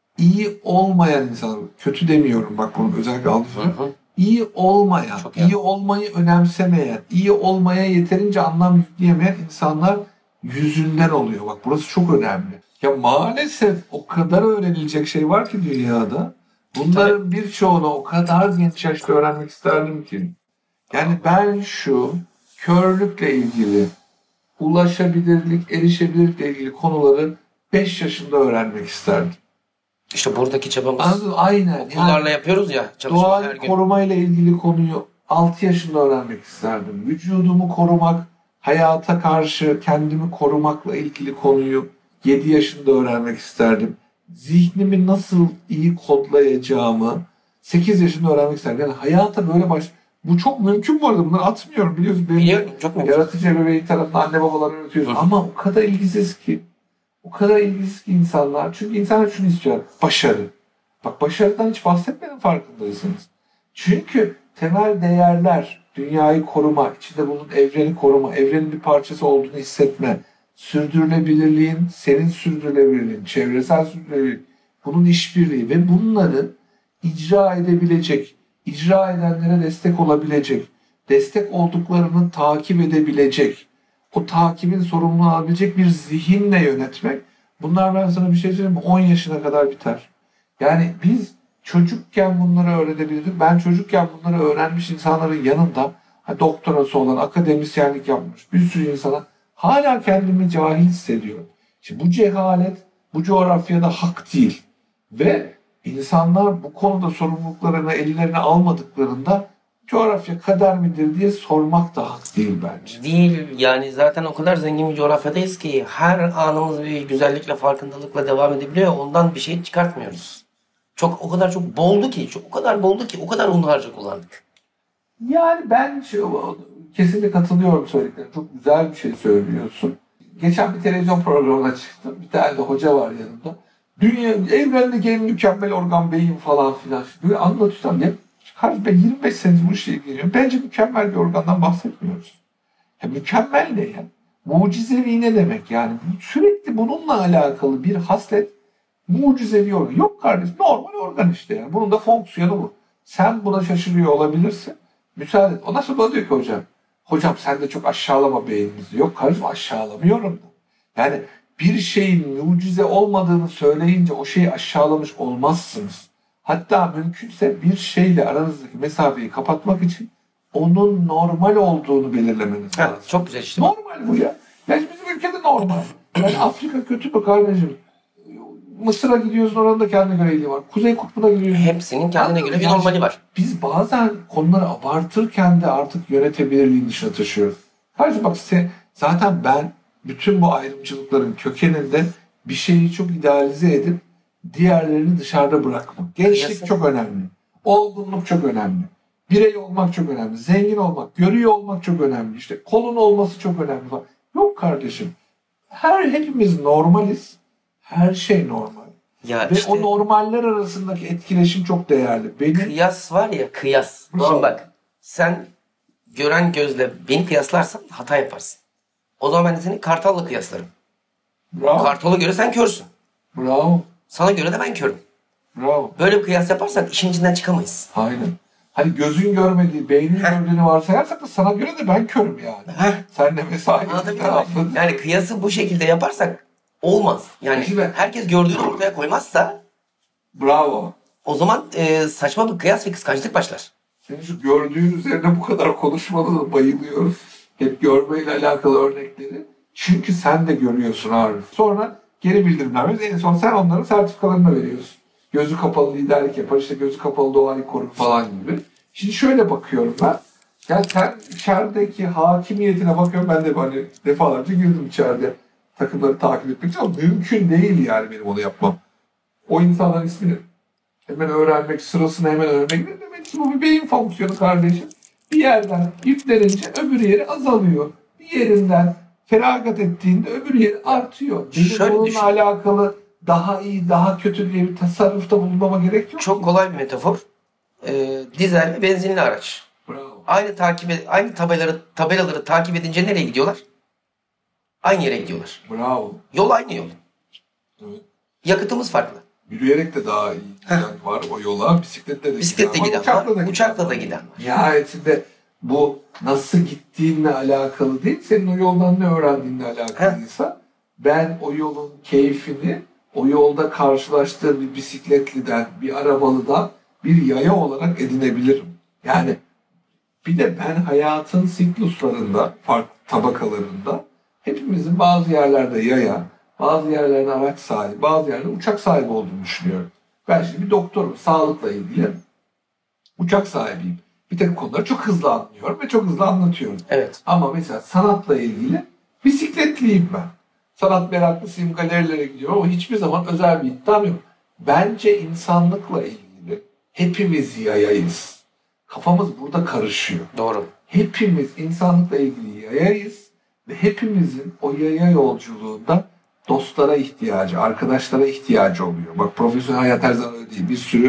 iyi olmayan insanlar. Kötü demiyorum bak bunu özellikle anlaşılıyor. İyi olmayan, iyi olmayı önemsemeyen, iyi olmaya yeterince anlam yükleyemeyen insanlar yüzünden oluyor. Bak burası çok önemli. Ya maalesef o kadar öğrenilecek şey var ki dünyada. Bunların birçoğunu o kadar genç yaşta öğrenmek isterdim ki. Yani ben şu körlükle ilgili, ulaşabilirlik, erişebilirlikle ilgili konuları 5 yaşında öğrenmek isterdim. İşte buradaki çabamız. Aynen. Okullarla yapıyoruz ya. Doğal korumayla ilgili konuyu 6 yaşında öğrenmek isterdim. Vücudumu korumak, hayata karşı kendimi korumakla ilgili konuyu 7 yaşında öğrenmek isterdim. Zihnimi nasıl iyi kodlayacağımı 8 yaşında öğrenmek isterdim. Yani hayata böyle bu çok mümkün bu arada. Bunları atmıyorum biliyorsun. Biliyorum. Çok mümkün. Yaratıcı ebeveyn tarafından anne babalar öğretiyoruz. Ama o kadar ilgisiz ki. O kadar ilgisiz ki insanlar. Çünkü insanlar şunu istiyor. Başarı. Bak başarıdan hiç bahsetmedim farkındaysanız. Çünkü temel değerler, dünyayı koruma, içinde bulunan evreni koruma, evrenin bir parçası olduğunu hissetme, sürdürülebilirliğin, senin sürdürülebilirliğin, çevresel sürdürülebilirlik, bunun işbirliği ve bunları icra edebilecek, icra edenlere destek olabilecek, destek olduklarını takip edebilecek, o takibin sorumluluğunu alabilecek bir zihinle yönetmek. Bunlar, ben sana bir şey söyleyeyim mi? 10 yaşına kadar biter. Yani biz çocukken bunları öğrenebilirdik. Ben çocukken bunları öğrenmiş insanların yanında doktorası olan, akademisyenlik yapmış bir sürü insana hala kendimi cahil hissediyorum. Şimdi bu cehalet bu coğrafyada hak değil. Ve insanlar bu konuda sorumluluklarını ellerine almadıklarında coğrafya kader midir diye sormak da hak değil bence. Değil yani, zaten o kadar zengin bir coğrafyadayız ki her anımız bir güzellikle, farkındalıkla devam edebiliyor. Ondan bir şey çıkartmıyoruz. O kadar çok boldu ki, o kadar hunharca kullandık. Yani ben kesinlikle katılıyorum söylediklerine. Çok güzel bir şey söylüyorsun. Geçen bir televizyon programına çıktım. Bir tane de hoca var yanımda. Dünya, evrendeki en mükemmel organ beyin falan filan. Böyle anlatıyorlar. Ne? Ben 25 senedir bu işe ilgileniyorum. Bence mükemmel bir organdan bahsetmiyoruz. Ya mükemmel ne ya? Mucizevi ne demek yani? Sürekli bununla alakalı bir haslet, mucizevi organ. Yok kardeşim, normal organ işte yani. Bunun da fonksiyonu bu. Sen buna şaşırıyor olabilirsin. Müsaade et. Ondan sonra bana diyor ki hocam sen de çok aşağılama beynimizi. Yok kardeşim, aşağılamıyorum da. Yani bir şeyin mucize olmadığını söyleyince o şeyi aşağılamış olmazsınız. Hatta mümkünse bir şeyle aranızdaki mesafeyi kapatmak için onun normal olduğunu belirlemeniz lazım. Çok güzel işte. Normal bu ya. Yani bizim ülkede normal. Yani Afrika kötü mü kardeşim? Mısır'a gidiyorsun, oranın da kendine göre iyiliği var. Kuzey Kutbu'na gidiyorsun. Hepsinin kendine göre bir normali var. Biz bazen konuları abartırken de artık yönetebilirliğin dışına taşıyoruz. Kardeşim bak, zaten ben bütün bu ayrımcılıkların kökeninde bir şeyi çok idealize edip diğerlerini dışarıda bırakmak. Gençlik çok önemli. Olgunluk çok önemli. Birey olmak çok önemli. Zengin olmak, görüyor olmak çok önemli. İşte kolun olması çok önemli falan. Yok kardeşim. Hepimiz normaliz. Her şey normal. Ya ve işte, o normaller arasındaki etkileşim çok değerli. Kıyas var ya, kıyas. Bravo. Şimdi bak, sen gören gözle beni kıyaslarsan hata yaparsın. O zaman ben de seni kartalla kıyaslarım. Bravo. Kartala göre sen körsün. Bravo. Sana göre de ben körüm. Bravo. Böyle bir kıyas yaparsak işin içinden çıkamayız. Aynen. Hani gözün görmediği, beynin gördüğünü varsayarsak da sana göre de ben körüm yani. Sen de mesai. Yani kıyası bu şekilde yaparsak olmaz. Yani Şimdi, herkes gördüğünü ortaya koymazsa bravo. o zaman saçma bir kıyas ve kıskançlık başlar. Senin şu gördüğün üzerine bu kadar konuşmana bayılıyorum. Hep görmeyle alakalı örnekleri. Çünkü sen de görüyorsun abi. Sonra geri bildirimler veriyoruz. En son sen onların sertifikalarını veriyorsun. Gözü kapalı liderlik yapar, işte gözü kapalı doğayı korur falan gibi. Şimdi şöyle bakıyorum ben. Ya sen içerideki hakimiyetine bakıyorum. Ben de hani defalarca girdim içeride takımları takip etmek için ama mümkün değil yani benim onu yapmam. O insanların ismini hemen öğrenmek, sırasını hemen öğrenmek ne demek ki? Bu bir beyin fonksiyonu kardeşim. Bir yerden yüklenince öbür yeri azalıyor. Bir yerinden feragat ettiğinde öbür yeri artıyor. Benim bununla alakalı daha iyi, daha kötü diye bir tasarrufta bulunmama gerek yok. Çok kolay bir metafor. Dizel ve benzinli araç. Bravo. Aynı tabelaları takip edince nereye gidiyorlar? Aynı yere gidiyorlar. Bravo. Yol aynı yol. Evet. Yakıtımız farklı. Yürüyerek de daha iyi giden var o yola. Bisikletle giden var. Uçakla da giden var. Nihayetinde bu nasıl gittiğinle alakalı değil, senin o yoldan ne öğrendiğinle alakalıysa ben o yolun keyfini o yolda karşılaştığım bir bisikletliden, bir arabalıdan bir yaya olarak edinebilirim. Yani bir de ben hayatın sikluslarında, farklı tabakalarında hepimizin bazı yerlerde yaya, bazı yerlerde araç sahibi, bazı yerlerde uçak sahibi olduğunu düşünüyorum. Ben şimdi bir doktorum, sağlıkla ilgili uçak sahibiyim. Bir takım konuları çok hızlı anlıyorum ve çok hızlı anlatıyorum. Evet. Ama mesela sanatla ilgili bisikletliyim ben. Sanat meraklısıyım, galerilere gidiyorum ama hiçbir zaman özel bir iddiam yok. Bence insanlıkla ilgili hepimiz yayayız. Kafamız burada karışıyor. Doğru. Hepimiz insanlıkla ilgili yayayız ve hepimizin o yaya yolculuğunda dostlara ihtiyacı, arkadaşlara ihtiyacı oluyor. Bak profesyonel hayat her zaman öyle değil. Bir sürü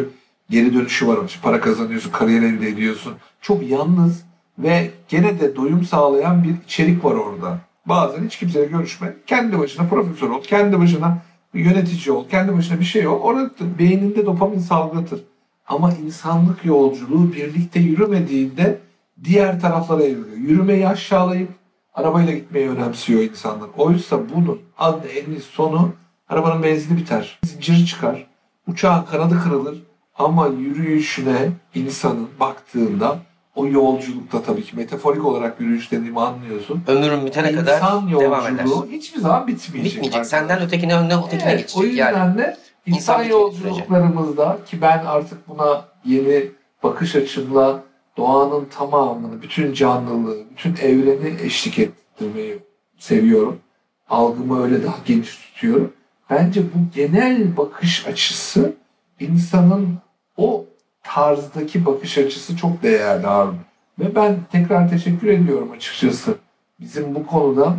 geri dönüşü var. Para kazanıyorsun, kariyer elde ediyorsun. Çok yalnız ve gene de doyum sağlayan bir içerik var orada. Bazen hiç kimseyle görüşme. Kendi başına profesör ol, kendi başına yönetici ol, kendi başına bir şey ol. Orada beyninde dopamin salgılatır. Ama insanlık yolculuğu birlikte yürümediğinde diğer taraflara evriliyor. Yürümeyi aşağılayıp arabayla gitmeyi önemsiyor insanlar. Oysa bunun adı enli sonu arabanın benzini biter. Zinciri çıkar. Uçağın kanadı kırılır. Ama yürüyüşüne insanın baktığında o yolculukta tabii ki metaforik olarak yürüyüş dediğimi anlıyorsun. Ömrün bitene kadar İnsan devam eder. yolculuğu hiçbir zaman bitmeyecek. Bitmeyecek. Senden ötekine, ötekine geçecek. O yüzden de insan yolculuklarımızda ki ben artık buna yeni bakış açımla doğanın tamamını, bütün canlılığı, bütün evreni eşlik ettirmeyi seviyorum. Algımı öyle daha geniş tutuyorum. Bence bu genel bakış açısı insanın o tarzdaki bakış açısı çok değerli abi. Ve ben tekrar teşekkür ediyorum açıkçası. Bizim bu konuda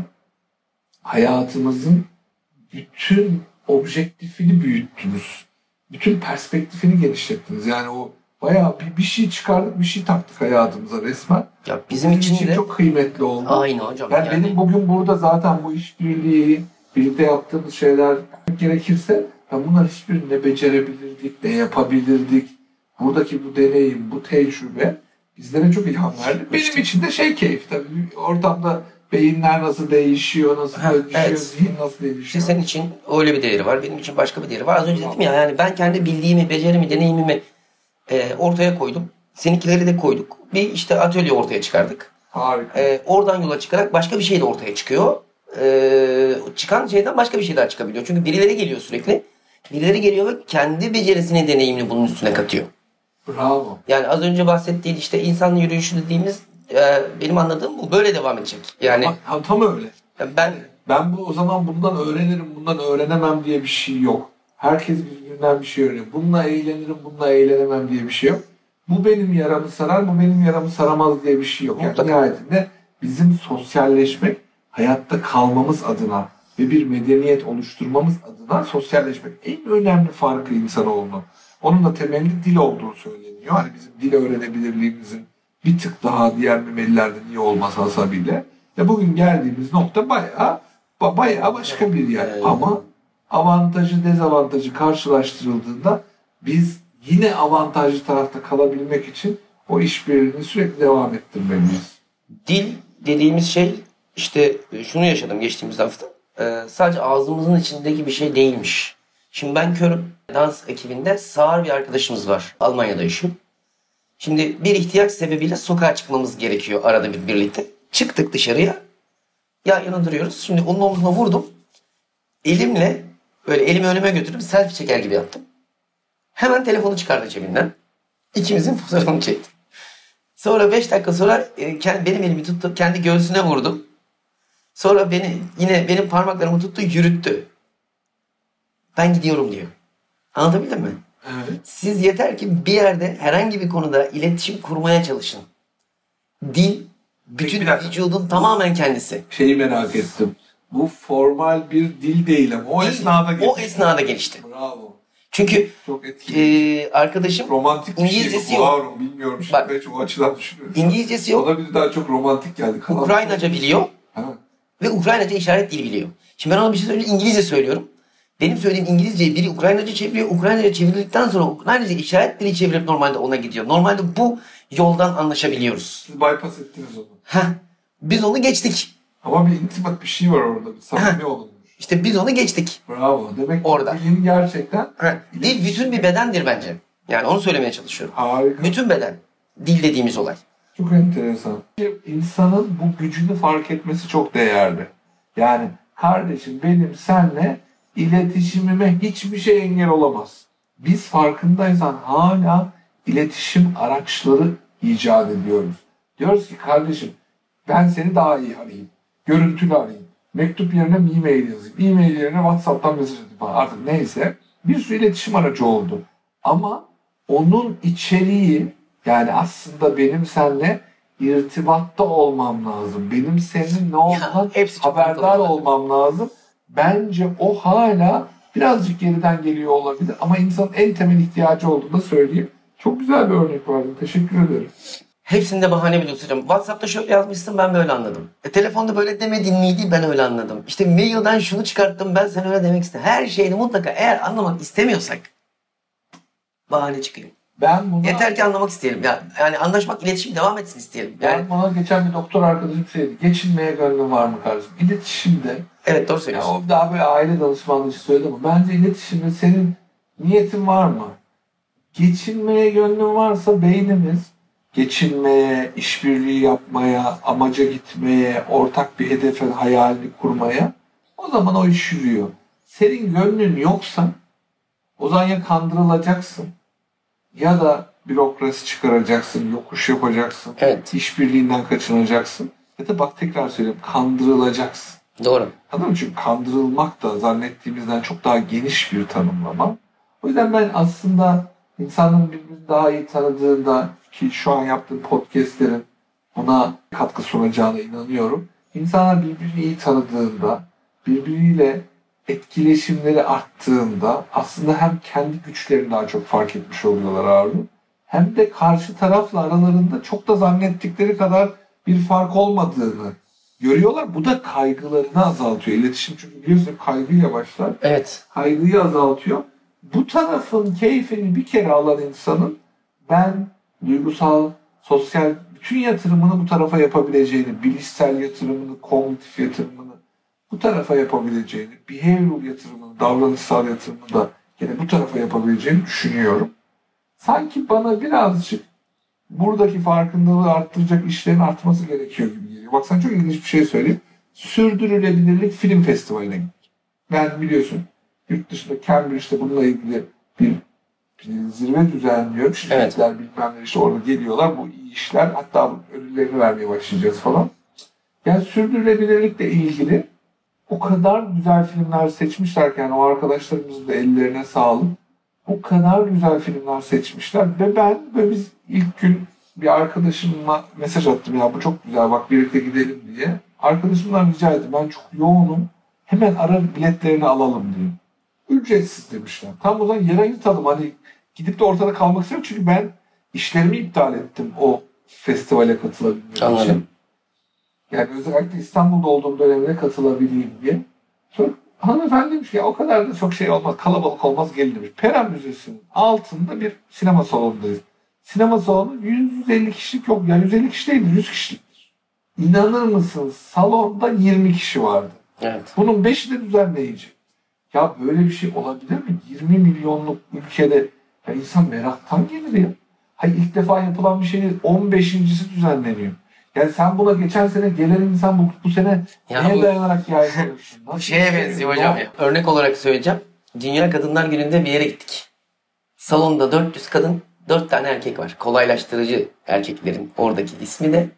hayatımızın bütün objektifini büyüttünüz. Bütün perspektifini genişlettiniz. Yani o bayağı bir şey çıkardık, bir şey taktık hayatımıza resmen. Ya bizim için de çok kıymetli oldu. Aynı hocam. Benim bugün burada zaten bu işbirliği, birlikte yaptığımız şeyler gerekirse ben bunlar hiçbirini ne becerebilirdik, ne yapabilirdik. Buradaki bu deneyim, bu tecrübe bizlere çok ilham verdi. Benim için de keyif tabii. Ortamda beyinler nasıl değişiyor, nasıl dönüşüyor, evet. zihin nasıl değişiyor. İşte senin için öyle bir değeri var, benim için başka bir değeri var. Az önce dedim ya, yani ben kendi bildiğimi, becerimi, deneyimimi ortaya koydum. Seninkileri de koyduk. Bir işte atölye ortaya çıkardık. Harika. Oradan yola çıkarak başka bir şey de ortaya çıkıyor. Çıkan şeyden başka bir şey daha çıkabiliyor. Çünkü birileri geliyor sürekli. Birileri geliyor ve kendi becerisini, deneyimini bunun üstüne katıyor. Bravo. Yani az önce bahsettiğin işte insan yürüyüşü dediğimiz benim anladığım bu. Böyle devam edecek. Yani tam öyle. Ben o zaman bundan öğrenirim, bundan öğrenemem diye bir şey yok. Herkes birbirinden bir şey öğreniyor. Bununla eğlenirim, bununla eğlenemem diye bir şey yok. Bu benim yaramı sarar, bu benim yaramı saramaz diye bir şey yok. Yani nihayetinde bizim sosyalleşmek, hayatta kalmamız adına ve bir medeniyet oluşturmamız adına sosyalleşmek. En önemli farkı insanoğlunun. Onun da temelli dil olduğu söyleniyor. Hani bizim dil öğrenebilirliğimizin bir tık daha diğer memelilerden iyi olması hasabıyla. Ve bugün geldiğimiz nokta bayağı başka bir yer. Ama avantajı dezavantajı karşılaştırıldığında biz yine avantajlı tarafta kalabilmek için o işbirliğini sürekli devam ettirmeliyiz. Dil dediğimiz şey işte şunu yaşadım geçtiğimiz hafta. Sadece ağzımızın içindeki bir şey değilmiş. Şimdi ben körüm. Dans ekibinde sağır bir arkadaşımız var. Almanya'da yaşıyor. Şimdi bir ihtiyaç sebebiyle sokağa çıkmamız gerekiyor arada bir birlikte. Çıktık dışarıya. Yan yana duruyoruz. Şimdi onun omzuna vurdum. Elimle böyle elimi önüme götürüp selfie çeker gibi yaptım. Hemen telefonu çıkardı cebinden. İkimizin fotoğrafını çekti. Sonra 5 dakika sonra benim elimi tuttu. Kendi göğsüne vurdum. Sonra yine benim parmaklarımı tuttu, yürüttü. Ben gidiyorum diyor. Anlatabildim mi? Evet. Siz yeter ki bir yerde herhangi bir konuda iletişim kurmaya çalışın. Dil bütün vücudun tamamen kendisi. Şeyi merak ettim. Bu formal bir dil değil ama o esnada gelişti. Bravo. Çünkü çok arkadaşım romantik bir İngilizcesi şey yok. Bravo, bilmiyorum. Bak, ben o açıdan düşünüyorum. İngilizcesi yok. Ona bir daha çok romantik geldi. Ukraynaca biliyor. Ha. Ve Ukraynaca işaret dili biliyor. Şimdi ben ona bir şey söyleyeyim, İngilizce söylüyorum. Benim söylediğim İngilizceyi biri Ukraynaca çeviriyor. Ukraynaca çevirdikten sonra Ukraynaca işaret dili çevirip normalde ona gidiyor. Normalde bu yoldan anlaşabiliyoruz. Siz bypass ettiniz onu. Biz onu geçtik. Ama bir intimat bir şey var orada. Bir samimi olunmuş. İşte biz onu geçtik. Bravo. Demek ki orada. dilin gerçekten... Dil bütün bir bedendir bence. Yani onu söylemeye çalışıyorum. Harika. Bütün beden. Dil dediğimiz olay. Çok enteresan. İnsanın bu gücünü fark etmesi çok değerli. Yani kardeşim benim seninle iletişimime hiçbir şey engel olamaz. Biz farkındaysan hala iletişim araçları icat ediyoruz. Diyoruz ki kardeşim ben seni daha iyi arayayım. Görüntülü arayayım. Mektup yerine e-mail yazayım. E-mail yerine WhatsApp'tan mesaj atayım falan. Artık neyse bir sürü iletişim aracı oldu. Ama onun içeriği yani aslında benim seninle irtibatta olmam lazım. Benim senin ne olduğundan haberdar olmam lazım. Bence o hala birazcık geriden geliyor olabilir ama insanın en temel ihtiyacı olduğunu da söyleyeyim. Çok güzel bir örnek vardı. Teşekkür ederim. Hepsinde bahane biliyorsun hocam. WhatsApp'ta şöyle yazmışsın, ben böyle anladım. Telefonda böyle demedin miydi, ben öyle anladım. İşte mailden şunu çıkarttım, ben sana öyle demek istedim. Her şeyini mutlaka eğer anlamak istemiyorsak bahane çıkıyor. Ben buna, Yeter ki anlamak isteyelim. Yani anlaşmak, iletişim devam etsin isteyelim. Yani, ben bana geçen bir doktor arkadaşım söyledi. Geçinmeye gönlün var mı kardeşim? İletişimde, evet doğru ya söylüyorsun. o daha böyle aile danışmanlığı için söyledi ama bence iletişimde senin niyetin var mı? Geçinmeye gönlün varsa beynimiz geçinmeye, işbirliği yapmaya, amaca gitmeye, ortak bir hedefe, hayalini kurmaya, o zaman o iş yürüyor. Senin gönlün yoksa o zaman ya kandırılacaksın ya da bürokrasi çıkaracaksın, yokuş yapacaksın, Evet. işbirliğinden kaçınacaksın ya da bak tekrar söyleyeyim, kandırılacaksın. Doğru. Anladın mı? Çünkü kandırılmak da zannettiğimizden çok daha geniş bir tanımlama. O yüzden ben aslında insanın birbirini daha iyi tanıdığında, ki şu an yaptığım podcastlerin ona katkı sunacağına inanıyorum. İnsanlar birbirini iyi tanıdığında, birbiriyle etkileşimleri arttığında aslında hem kendi güçlerini daha çok fark etmiş oluyorlar Harun. Hem de karşı tarafla aralarında çok da zannettikleri kadar bir fark olmadığını görüyorlar. Bu da kaygılarını azaltıyor. İletişim çünkü biliyorsun kaygıyla başlar. Evet. Kaygıyı azaltıyor. Bu tarafın keyfini bir kere alan insanın ben duygusal, sosyal bütün yatırımını bu tarafa yapabileceğini, bilişsel yatırımını, kognitif yatırımını bu tarafa yapabileceğini, behavioral yatırımını, davranışsal yatırımını da yine bu tarafa yapabileceğini düşünüyorum. Sanki bana birazcık buradaki farkındalığı arttıracak işlerin artması gerekiyor gibi geliyor. Bak sana çok ilginç bir şey söyleyeyim. Sürdürülebilirlik film festivaline gittik. Ben biliyorsun yurt dışında Cambridge'de bununla ilgili bir zirve düzenliyor. Şirketler bilmem ne işte orada geliyorlar. Bu iyi işler. Hatta ödüllerini vermeye başlayacağız falan. Yani sürdürülebilirlikle ilgili o kadar güzel filmler seçmişlerken o arkadaşlarımızın da ellerine sağlık. O kadar güzel filmler seçmişler ve biz ilk gün bir arkadaşıma mesaj attım ya bu çok güzel bak birlikte gidelim diye. Arkadaşımdan rica ettim ben çok yoğunum hemen ara biletlerini alalım diye. Ücretsiz demişler. Tam o zaman yer ayırtalım hani gidip de ortada kalmak istemiyorum çünkü ben işlerimi iptal ettim o festivale katılabilmek için. Anladım. Yani özellikle İstanbul'da olduğum dönemine katılabileyim diye. Sonra hanımefendi demiş ki ya o kadar da çok şey olmaz, kalabalık olmaz gelin demiş. Pera Müzesi'nin altında bir sinema salonundayız. Sinema salonu 150 kişilik yok. Yani 150 kişi değildir, 100 kişiliktir. İnanır mısınız? Salonda 20 kişi vardı. Evet. Bunun 5'i de düzenleyici. Ya böyle bir şey olabilir mi? 20 milyonluk ülkede ya insan meraktan gelir ya. Hayır ilk defa yapılan bir şey değil. 15.'si düzenleniyor. Yani sen buna geçen sene gelen insan bu sene Ya neye bu- dayanarak yayınlıyorsun? Bu şeye benziyor hocam ya. Örnek olarak söyleyeceğim. Dünya Kadınlar Günü'nde bir yere gittik. Salonda 400 kadın, 4 tane erkek var. Kolaylaştırıcı erkeklerin oradaki ismi de.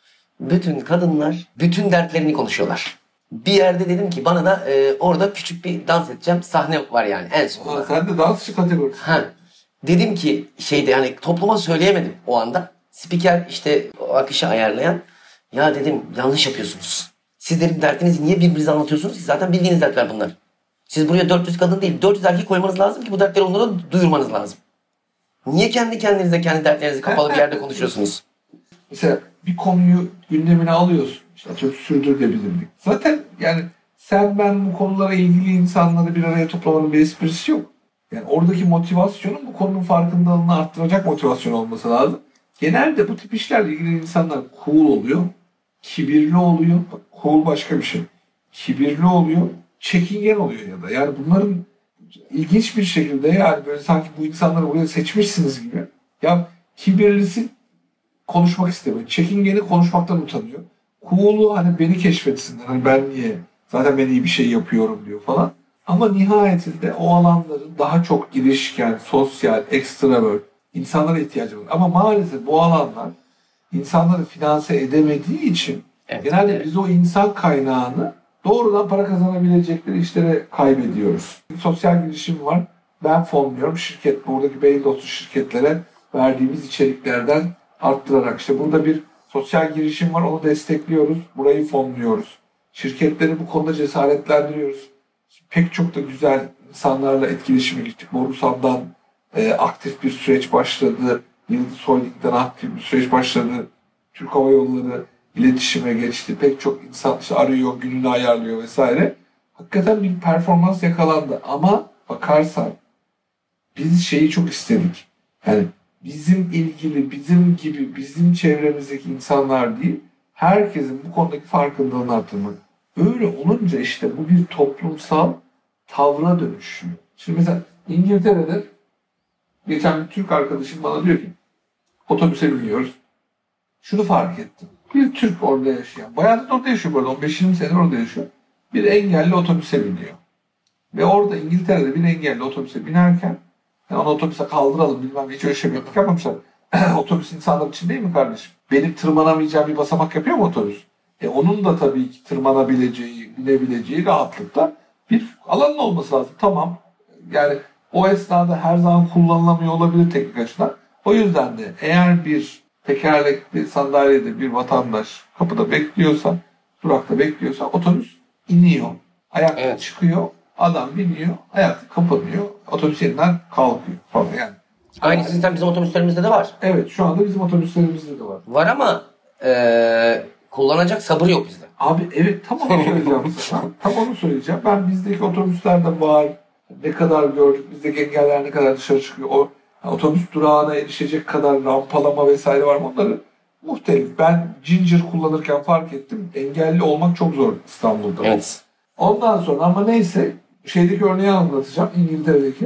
Bütün kadınlar bütün dertlerini konuşuyorlar. Bir yerde dedim ki bana da orada küçük bir dans edeceğim. Sahne var yani en sonunda. Sen de dansçı kategorisi. Ha. Dedim ki yani topluma söyleyemedim o anda. Spiker işte o akışı ayarlayan. Ya dedim yanlış yapıyorsunuz. Siz dedim dertinizi niye birbirinize anlatıyorsunuz ki? Zaten bildiğiniz dertler bunlar. Siz buraya 400 kadın değil 400 erkek koymanız lazım ki bu dertleri onlara duyurmanız lazım. Niye kendi kendinize kendi dertlerinizi kapalı bir yerde konuşuyorsunuz? Mesela bir konuyu gündemine alıyorsun. İşte çok sürdürülebilirlik. Zaten yani sen ben bu konulara ilgili insanları bir araya toplamanın bir esprisi yok. Yani oradaki motivasyonun bu konunun farkındalığını arttıracak motivasyon olması lazım. Genelde bu tip işlerle ilgili insanlar cool oluyor. Kibirli oluyor. Bak, cool başka bir şey. Kibirli oluyor. Çekingen oluyor ya da. Yani bunların ilginç bir şekilde yani böyle sanki bu insanları buraya seçmişsiniz gibi. Ya kibirlisi konuşmak istemiyor. Çekingeni konuşmaktan utanıyor. Cool'u hani beni keşfetsinler. Hani ben niye? Zaten ben iyi bir şey yapıyorum diyor falan. Ama nihayetinde o alanların daha çok girişken, sosyal, ekstravert insanlara ihtiyacı var. Ama maalesef bu alanlar insanları finanse edemediği için Evet, genelde evet. biz o insan kaynağını doğrudan para kazanabilecekleri işlere kaybediyoruz. Bir sosyal girişim var. Ben fonluyorum. Şirket, buradaki beyin dostu şirketlere verdiğimiz içeriklerden arttırarak. İşte burada bir sosyal girişim var. Onu destekliyoruz. Burayı fonluyoruz. Şirketleri bu konuda cesaretlendiriyoruz. Pek çok da güzel insanlarla etkileşime geçtik. Borusan'dan aktif bir süreç başladı. Yıldız Holding'den aktif bir süreç başladı. Türk Hava Yolları iletişime geçti. Pek çok insan işte arıyor, gününü ayarlıyor vesaire. Hakikaten bir performans yakalandı. Ama bakarsan biz şeyi çok istedik. Yani bizim ilgili, bizim gibi, bizim çevremizdeki insanlar değil, herkesin bu konudaki farkındalığını arttırmak. Öyle olunca işte bu bir toplumsal tavra dönüşüyor. Şimdi mesela İngiltere'de geçen bir Türk arkadaşım bana diyor ki otobüse biniyoruz. Şunu fark ettim. Bir Türk orada yaşayan, bayağı da orada yaşıyor bu arada, 15-20 senedir orada yaşıyor. Bir engelli otobüse biniyor. Ve orada İngiltere'de bir engelli otobüse binerken yani onu otobüse kaldıralım bilmem hiç öyle şey yapmamışlar. Otobüs insanlar için değil mi kardeşim? Benim tırmanamayacağım bir basamak yapıyor mu otobüs? Onun da tabii ki tırmanabileceği, binebileceği rahatlıkta bir alanın olması lazım. Tamam. Yani o esnada her zaman kullanılamıyor olabilir teknik açıdan. O yüzden de eğer bir tekerlekli sandalyede bir vatandaş kapıda bekliyorsa, durakta bekliyorsa otobüs iniyor. Ayakta çıkıyor, adam biniyor, ayakta kapanıyor, otobüs yeniden kalkıyor falan yani. Aynı sistem bizim otobüslerimizde de var. Evet, şu anda bizim otobüslerimizde de var. Var ama kullanacak sabır yok bizde. Abi evet, tam onu söyleyeceğim sana. Tam onu söyleyeceğim. Ben bizdeki otobüslerde var. Ne kadar gördük, bizdeki engeller ne kadar dışarı çıkıyor. O otobüs durağına erişecek kadar rampalama vesaire var mı? Onları muhtelif. Ben Ginger kullanırken fark ettim. Engelli olmak çok zor İstanbul'da. Evet. Ondan sonra ama neyse şeydeki örneği anlatacağım, İngiltere'deki.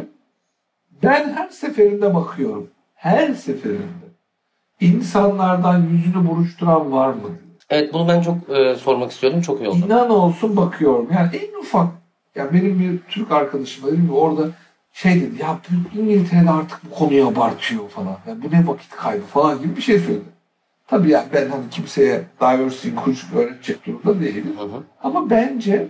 Ben her seferinde bakıyorum. Her seferinde. İnsanlardan yüzünü buruşturan var mı? Evet, bunu ben çok sormak istiyordum. Çok iyi oldu. İnan olsun bakıyorum. Yani en ufak, yani benim bir Türk arkadaşım dedim ki orada şey dedi, ya İngiltere'de artık bu konuyu abartıyor falan. Yani bu ne vakit kaybı falan gibi bir şey söyledi. Tabii yani ben hani kimseye diversity inclusion öğretecek durumda değilim. Ama bence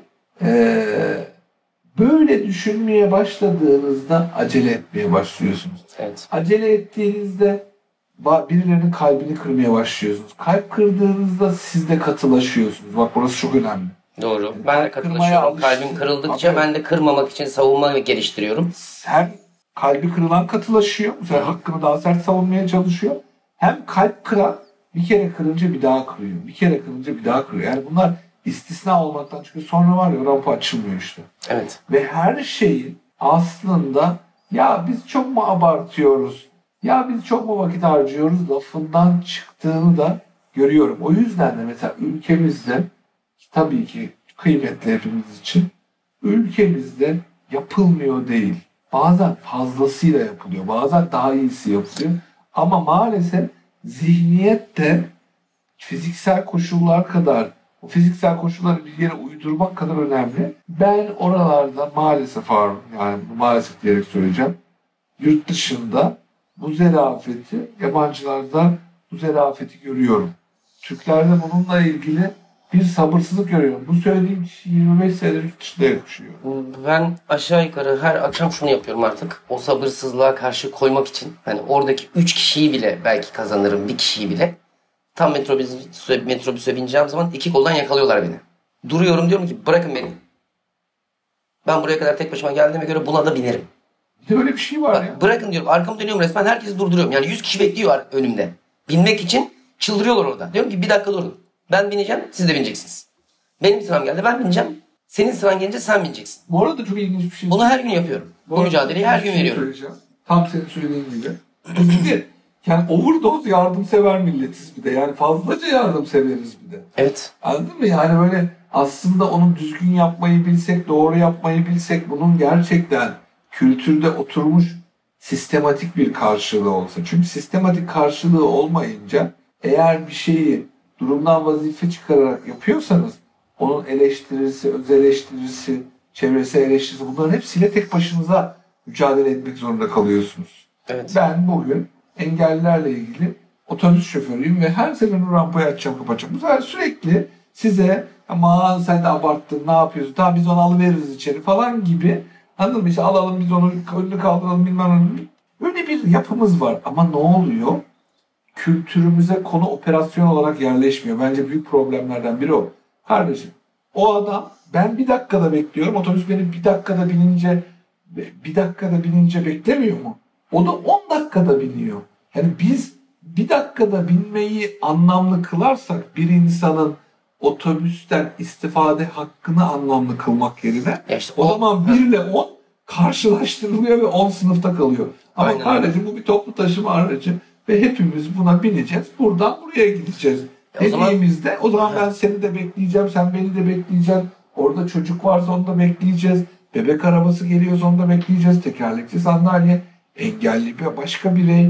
böyle düşünmeye başladığınızda acele etmeye başlıyorsunuz. Evet. Acele ettiğinizde birilerinin kalbini kırmaya başlıyorsunuz. Kalp kırdığınızda siz de katılaşıyorsunuz. Bak burası çok önemli. Doğru. Ben de katılaşıyorum. Kalbim kırıldıkça ben de kırmamak için savunma geliştiriyorum. Hem kalbi kırılan katılaşıyor. Bu sefer hakkını daha sert savunmaya çalışıyor. Hem kalp kıran bir kere kırınca bir daha kırıyor. Bir kere kırınca bir daha kırıyor. Yani bunlar istisna olmaktan çıkıyor. Sonra var ya rampa açılmıyor işte. Evet. Ve her şeyin aslında ya biz çok mu abartıyoruz? Ya biz çok mu vakit harcıyoruz lafından çıktığını da görüyorum. O yüzden de mesela ülkemizde tabii ki kıymetli hepimiz için ülkemizde yapılmıyor değil. Bazen fazlasıyla yapılıyor. Bazen daha iyisi yapılıyor. Ama maalesef zihniyet de fiziksel koşullar kadar, o fiziksel koşulları bir yere uydurmak kadar önemli. Ben oralarda maalesef Harun, yani maalesef diyerek söyleyeceğim, yurt dışında bu zerafeti, yabancılarda bu zerafeti görüyorum. Türklerde bununla ilgili bir sabırsızlık görüyorum. Bu söylediğim kişi 25 senedir yurt dışında yaşıyor. Ben aşağı yukarı her akşam şunu yapıyorum artık. O sabırsızlığa karşı koymak için. Hani oradaki 3 kişiyi bile belki kazanırım, bir kişiyi bile. Tam metrobüse bineceğim zaman 2 koldan yakalıyorlar beni. Duruyorum, diyorum ki bırakın beni. Ben buraya kadar tek başıma geldiğime göre buna da binerim. Bir de öyle bir şey var ya. Bırakın diyorum, arkamı dönüyorum resmen, herkesi durduruyorum. Yani 100 kişi bekliyor önümde. Binmek için çıldırıyorlar orada. Diyorum ki bir dakika durun. Ben bineceğim, siz de bineceksiniz. Benim sıram geldi, ben bineceğim. Senin sıran gelince sen bineceksin. Bu arada çok ilginç bir şey. Bunu her gün yapıyorum. Bu mücadeleyi her gün veriyorum. Tam senin söylediğin gibi. Bir de yani overdose yardımsever milletiz bir de. Yani fazlaca yardımseveriz bir de. Evet. Anladın mı? Yani böyle aslında onu düzgün yapmayı bilsek, doğru yapmayı bilsek, bunun gerçekten kültürde oturmuş sistematik bir karşılığı olsa. Çünkü sistematik karşılığı olmayınca eğer bir şeyi durumdan vazife çıkararak yapıyorsanız onun eleştirisi, öz eleştirisi, çevresi eleştirisi, bunların hepsiyle tek başınıza mücadele etmek zorunda kalıyorsunuz. Evet. Ben bugün engellilerle ilgili otobüs şoförüyüm ve her seferinde rampayı açacağım, kapatacağım. Bu sefer sürekli size aman sen de abarttın, ne yapıyorsun, tamam biz onu alıveririz içeri falan gibi, anladın mı? İşte alalım biz onu, önünü kaldıralım bilmem ne. Böyle bir yapımız var ama ne oluyor? Kültürümüze konu operasyon olarak yerleşmiyor. Bence büyük problemlerden biri o. Kardeşim, o adam, ben bir dakikada bekliyorum. Otobüs beni bir dakikada binince beklemiyor mu? O da 10 dakikada biniyor. Yani biz bir dakikada binmeyi anlamlı kılarsak bir insanın otobüsten istifade hakkını anlamlı kılmak yerine Ya işte o zaman 1 ile 10 karşılaştırılıyor ve 10 sınıfta kalıyor. Ama Aynen kardeşim bu bir toplu taşıma aracı ve hepimiz buna bineceğiz. Buradan buraya gideceğiz. Dediğimizde o zaman ben seni de bekleyeceğim, sen beni de bekleyeceksin. Orada çocuk varsa onu da bekleyeceğiz. Bebek arabası geliyorsa onu da bekleyeceğiz. Tekerlekli sandalye, engelli bir başka birey,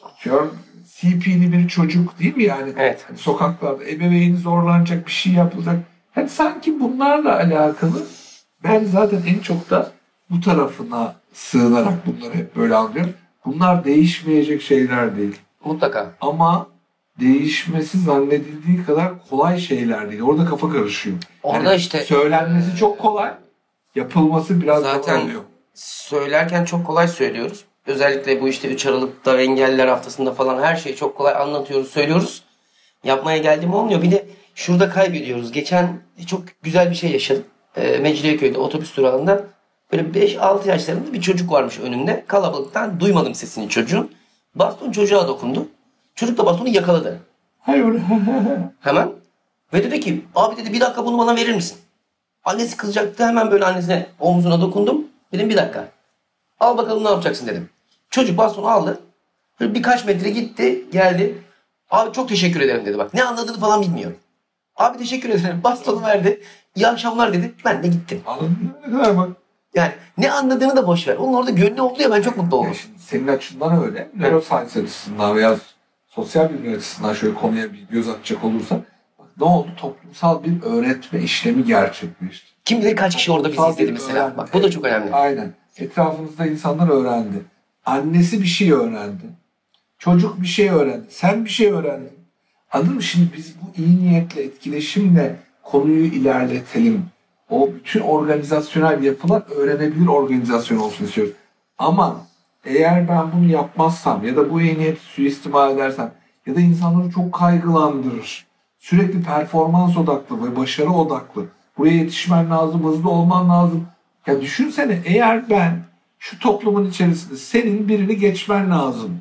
CP'li bir çocuk değil mi yani? Evet. Hani sokaklarda ebeveyni zorlanacak bir şey yapılacak. Yani sanki bunlarla alakalı ben zaten en çok da bu tarafına sığınarak bunları hep böyle anlıyorum. Bunlar değişmeyecek şeyler değil. Mutlaka. Ama değişmesi zannedildiği kadar kolay şeyler değil. Orada kafa karışıyor. Orada işte söylenmesi çok kolay, yapılması biraz zor zaten oluyor. söylerken çok kolay söylüyoruz. Özellikle bu işte 3 Aralık'ta engelliler haftasında falan her şeyi çok kolay anlatıyoruz, söylüyoruz. Yapmaya geldiğim olmuyor. Bir de şurada kaybediyoruz. Geçen çok güzel bir şey yaşadım. Mecidiyeköy'de otobüs durağında böyle 5-6 yaşlarında bir çocuk varmış önümde. Kalabalıktan duymadım sesini çocuğun. Baston çocuğa dokundu. Çocuk da bastonu yakaladı. Hayır. Hemen. Ve dedi ki abi dedi bir dakika bunu bana verir misin? Annesi kızacaktı. Hemen böyle annesine omzuna dokundum. Dedim bir dakika. Al bakalım ne yapacaksın dedim. Çocuk bastonu aldı. Böyle birkaç metre gitti geldi. Abi çok teşekkür ederim dedi bak. Ne anladığını falan bilmiyorum. Abi teşekkür ederim. Bastonu verdi. İyi akşamlar dedi. Ben de gittim. Anladın mı? Ne kadar bak. Yani ne anladığını da boş ver. Onun orada gönlü oldu ya ben çok mutlu oldum. Şimdi senin açından öyle. Neuroscience açısından veya sosyal bilimler açısından şöyle konuya bir göz atacak olursak ne oldu? Toplumsal bir öğretme işlemi gerçekleşti. Kim bilir kaç kişi orada bizi Toplumsal izledi bir mesela. öğrenme. Bak bu da çok önemli. Aynen. Etrafımızda insanlar öğrendi. Annesi bir şey öğrendi. Çocuk bir şey öğrendi. Sen bir şey öğrendin. Anladın mı? Şimdi biz bu iyi niyetle, etkileşimle konuyu ilerletelim. O bütün organizasyonel yapılar öğrenebilir organizasyon olsun istiyoruz. Ama eğer ben bunu yapmazsam ya da bu iyi niyeti suistimal edersem ya da insanları çok kaygılandırır, sürekli performans odaklı ve başarı odaklı, buraya yetişmen lazım, hızlı olman lazım. Ya düşünsene eğer ben şu toplumun içerisinde senin birini geçmen lazım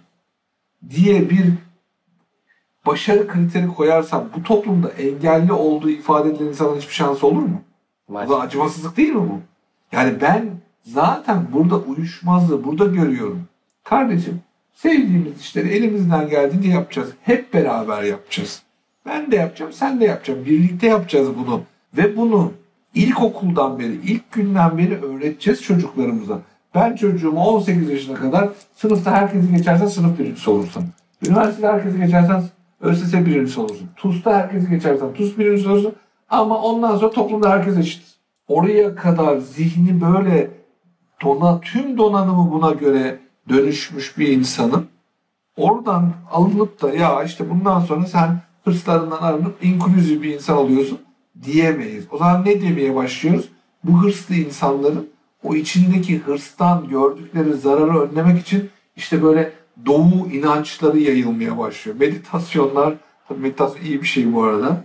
diye bir başarı kriteri koyarsam bu toplumda engelli olduğu ifade edilen insanın hiçbir şansı olur mu? Bu da acımasızlık değil mi bu? Yani ben zaten burada uyuşmazlığı burada görüyorum. Kardeşim sevdiğimiz işleri elimizden geldiğince yapacağız. Hep beraber yapacağız. Ben de yapacağım, sen de yapacaksın. Birlikte yapacağız bunu. Ve bunu ilkokuldan beri, ilk günden beri öğreteceğiz çocuklarımıza. Ben çocuğumu 18 yaşına kadar sınıfta herkesi geçersen sınıf birincisi olursun. Üniversitede herkesi geçersen ÖSS birincisi olursun. TUS'ta herkesi geçersen TUS birincisi olursun. Ama ondan sonra toplumda herkes eşit. Oraya kadar zihni böyle tüm donanımı buna göre dönüşmüş bir insanın oradan alınıp da ya işte bundan sonra sen hırslarından arınıp inklüzif bir insan oluyorsun diyemeyiz. O zaman ne demeye başlıyoruz? Bu hırslı insanların o içindeki hırstan gördükleri zararı önlemek için işte böyle doğu inançları yayılmaya başlıyor. Meditasyonlar, tabii meditasyon iyi bir şey bu arada.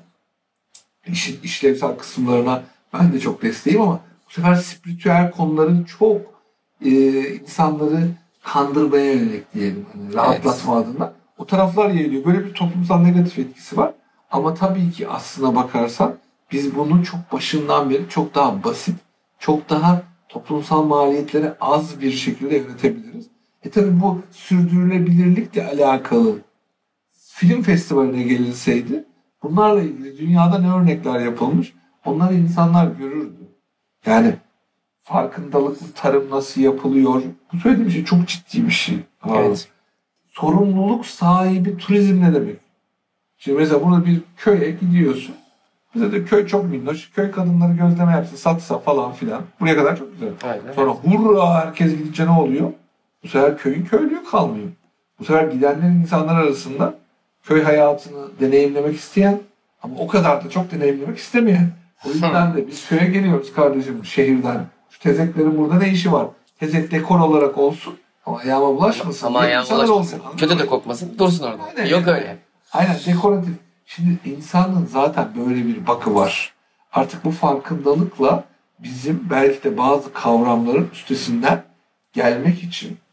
İşin işlevsel kısımlarına ben de çok desteğim ama bu sefer spiritüel konuların çok insanları kandırmaya yönelik diyelim. Hani rahatlatma adına. O taraflar yayılıyor. Böyle bir toplumsal negatif etkisi var. Ama tabii ki aslına bakarsan biz bunu çok başından beri çok daha basit, çok daha toplumsal maliyetleri az bir şekilde yönetebiliriz. Tabii bu sürdürülebilirlikle alakalı film festivaline gelilseydi bunlarla ilgili dünyada ne örnekler yapılmış onları insanlar görürdü. Yani farkındalıklı tarım nasıl yapılıyor? Bu söylediğim şey çok ciddi bir şey. Evet. Sorumluluk sahibi turizm ne demek? Şimdi mesela burada bir köye gidiyorsun. Bize de köy çok minnoş. Köy kadınları gözleme yapsa, satsa falan filan. Buraya kadar çok güzel. Aynen. Sonra hurra herkes gidince ne oluyor? Bu sefer köyün köylüğü kalmıyor. Bu sefer gidenlerin insanlar arasında köy hayatını deneyimlemek isteyen ama o kadar da çok deneyimlemek istemeyen. O yüzden de biz köye geliyoruz kardeşim şehirden. Şu tezeklerin burada ne işi var? Tezek dekor olarak olsun ama ayağıma bulaşmasın. Ama ayağıma İnsanlar bulaşmasın. olsun. Kötü de kokmasın. Dursun orada. Aynen. Yok öyle. Aynen dekoratif. Şimdi insanın zaten böyle bir bakı var. Artık bu farkındalıkla bizim belki de bazı kavramların üstesinden gelmek için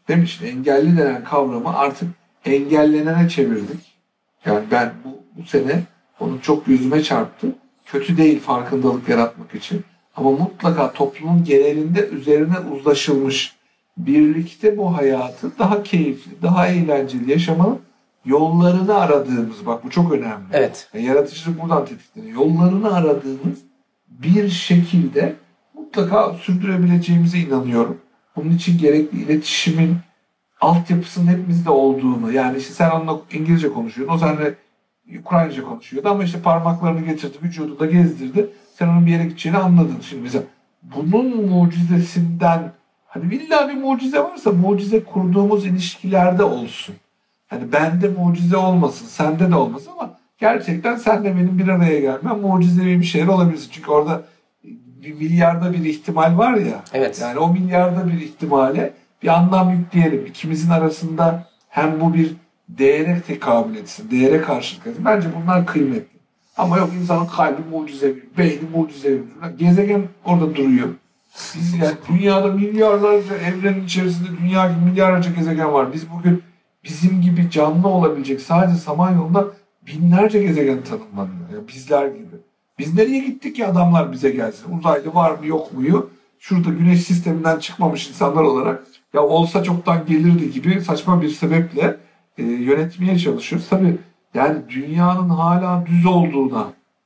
demiş engelli denen kavramı artık engellenene çevirdik. Yani ben bu sene onu çok gözüme çarptı. Kötü değil farkındalık yaratmak için. Ama mutlaka toplumun genelinde üzerine uzlaşılmış. Birlikte bu hayatı daha keyifli, daha eğlenceli yaşamanın yollarını aradığımız, bak bu çok önemli. Evet. Yani yaratıcılık buradan tetikleniyor. Yollarını aradığımız bir şekilde mutlaka sürdürebileceğimize inanıyorum. Bunun için gerekli iletişimin altyapısının hepimizde olduğunu, yani işte sen onunla İngilizce konuşuyordun, o seninle Ukraynaca konuşuyordu ama işte parmaklarını getirdi, vücudunda gezdirdi. Sen onun bir yere gideceğini anladın. Şimdi mesela bunun mucizesinden, hani illa bir mucize varsa mucize kurduğumuz ilişkilerde olsun. Hani bende mucize olmasın, sende de olmasın ama gerçekten senle benim bir araya gelmem mucizevi bir şeyler olabilirsin. Çünkü orada bir milyarda bir ihtimal var ya. Evet. Yani o milyarda bir ihtimale bir anlam yükleyelim. İkimizin arasında hem bu bir değere tekabül etsin, değere karşılık etsin. Bence bunlar kıymetli. Ama yok insanın kalbi mucizevi, beyni mucizevi. Gezegen orada duruyor. Biz yani dünyada milyarlarca evrenin içerisinde dünya gibi milyarlarca gezegen var. Biz bugün bizim gibi canlı olabilecek sadece Samanyolu'nda binlerce gezegen tanımlanıyor. Yani bizler gibi. Biz nereye gittik ki adamlar bize gelsin? Uzaylı var mı yok muyu? Şurada güneş sisteminden çıkmamış insanlar olarak ya olsa çoktan gelirdi gibi saçma bir sebeple yönetmeye çalışıyoruz. Tabii yani dünyanın hala düz olduğuna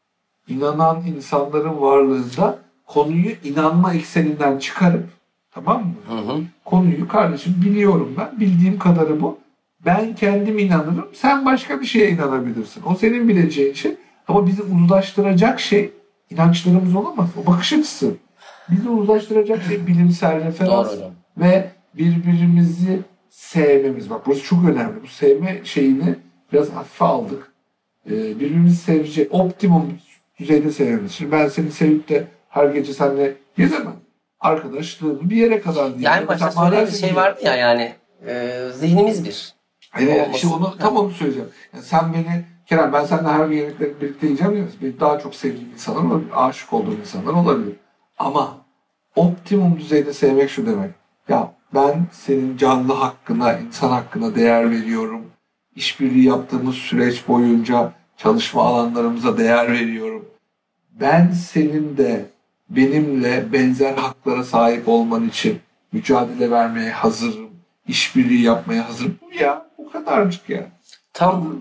inanan insanların varlığında konuyu inanma ekseninden çıkarıp, tamam mı? Hı hı. Konuyu kardeşim biliyorum ben. Bildiğim kadarı bu. Ben kendim inanırım. Sen başka bir şeye inanabilirsin. O senin bileceğin şey. Ama bizi uzlaştıracak şey inançlarımız olamaz. O bakış açısı. Bizi uzlaştıracak şey bilimsel referans ve birbirimizi sevmemiz. Bak burası çok önemli. Bu sevme şeyini biraz hafife aldık. Birbirimizi sevecek, optimum düzeyde sevmemiz. Şimdi ben seni sevip de her gece seninle gezemem. Arkadaşlığımı bir yere kadar değil. Yani başta söylediğim şey vardı ya yani zihnimiz bir. Hayır, işte tam onu söyleyeceğim. Yani sen beni, Kerem ben seninle her gün yemekleri birlikte yiyeceğim değil mi? Benim daha çok sevdiğim insanlar olabilir, aşık olduğum insanlar olabilir. Ama optimum düzeyde sevmek şu demek. Ya ben senin canlı hakkına, insan hakkına değer veriyorum. İşbirliği yaptığımız süreç boyunca çalışma alanlarımıza değer veriyorum. Ben senin de benimle benzer haklara sahip olman için mücadele vermeye hazırım. İşbirliği yapmaya hazırım. Bu kadarcık ya. Tam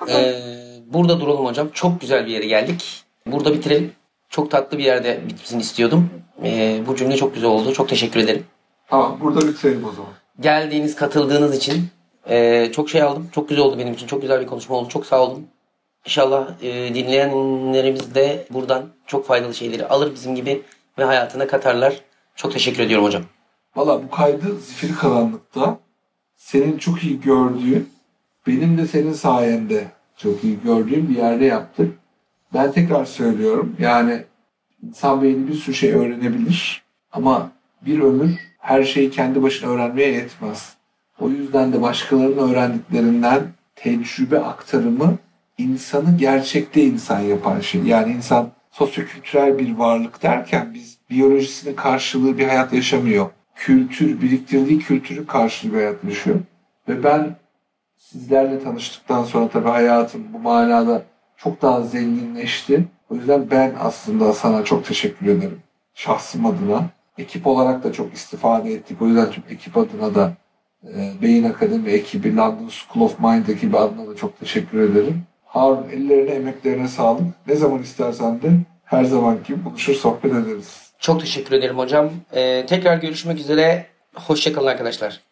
burada duralım hocam. Çok güzel bir yere geldik. Burada bitirelim. Çok tatlı bir yerde bitmesini istiyordum. Bu cümle çok güzel oldu. Çok teşekkür ederim. Tamam burada bitirelim o zaman. Geldiğiniz, katıldığınız için çok şey aldım. Çok güzel oldu benim için. Çok güzel bir konuşma oldu. Çok sağ olun. İnşallah dinleyenlerimiz de buradan çok faydalı şeyleri alır bizim gibi ve hayatına katarlar. Çok teşekkür ediyorum hocam. Valla bu kaydı zifiri karanlıkta senin çok iyi gördüğün, benim de senin sayende çok iyi gördüğüm bir yerde yaptık. Ben tekrar söylüyorum yani insan beyni bir sürü şey öğrenebilir ama bir ömür her şeyi kendi başına öğrenmeye yetmez. O yüzden de başkalarının öğrendiklerinden tecrübe aktarımı insanı gerçekte insan yapan şey. Yani insan sosyokültürel bir varlık derken biz biyolojisinin karşılığı bir hayat yaşamıyor. Kültür, biriktirdiği kültürün karşılığı bir hayat yaşıyor. Ve ben sizlerle tanıştıktan sonra tabii hayatım bu manada çok daha zenginleşti. O yüzden ben aslında sana çok teşekkür ederim. Şahsım adına. Ekip olarak da çok istifade ettik. O yüzden tüm ekip adına da Beyin Akademi ekibi, London School of Mind ekibi adına da çok teşekkür ederim. Harun ellerine, emeklerine sağlık. Ne zaman istersen de her zamanki gibi buluşur, sohbet ederiz. Çok teşekkür ederim hocam. Tekrar görüşmek üzere. Hoşça kalın arkadaşlar.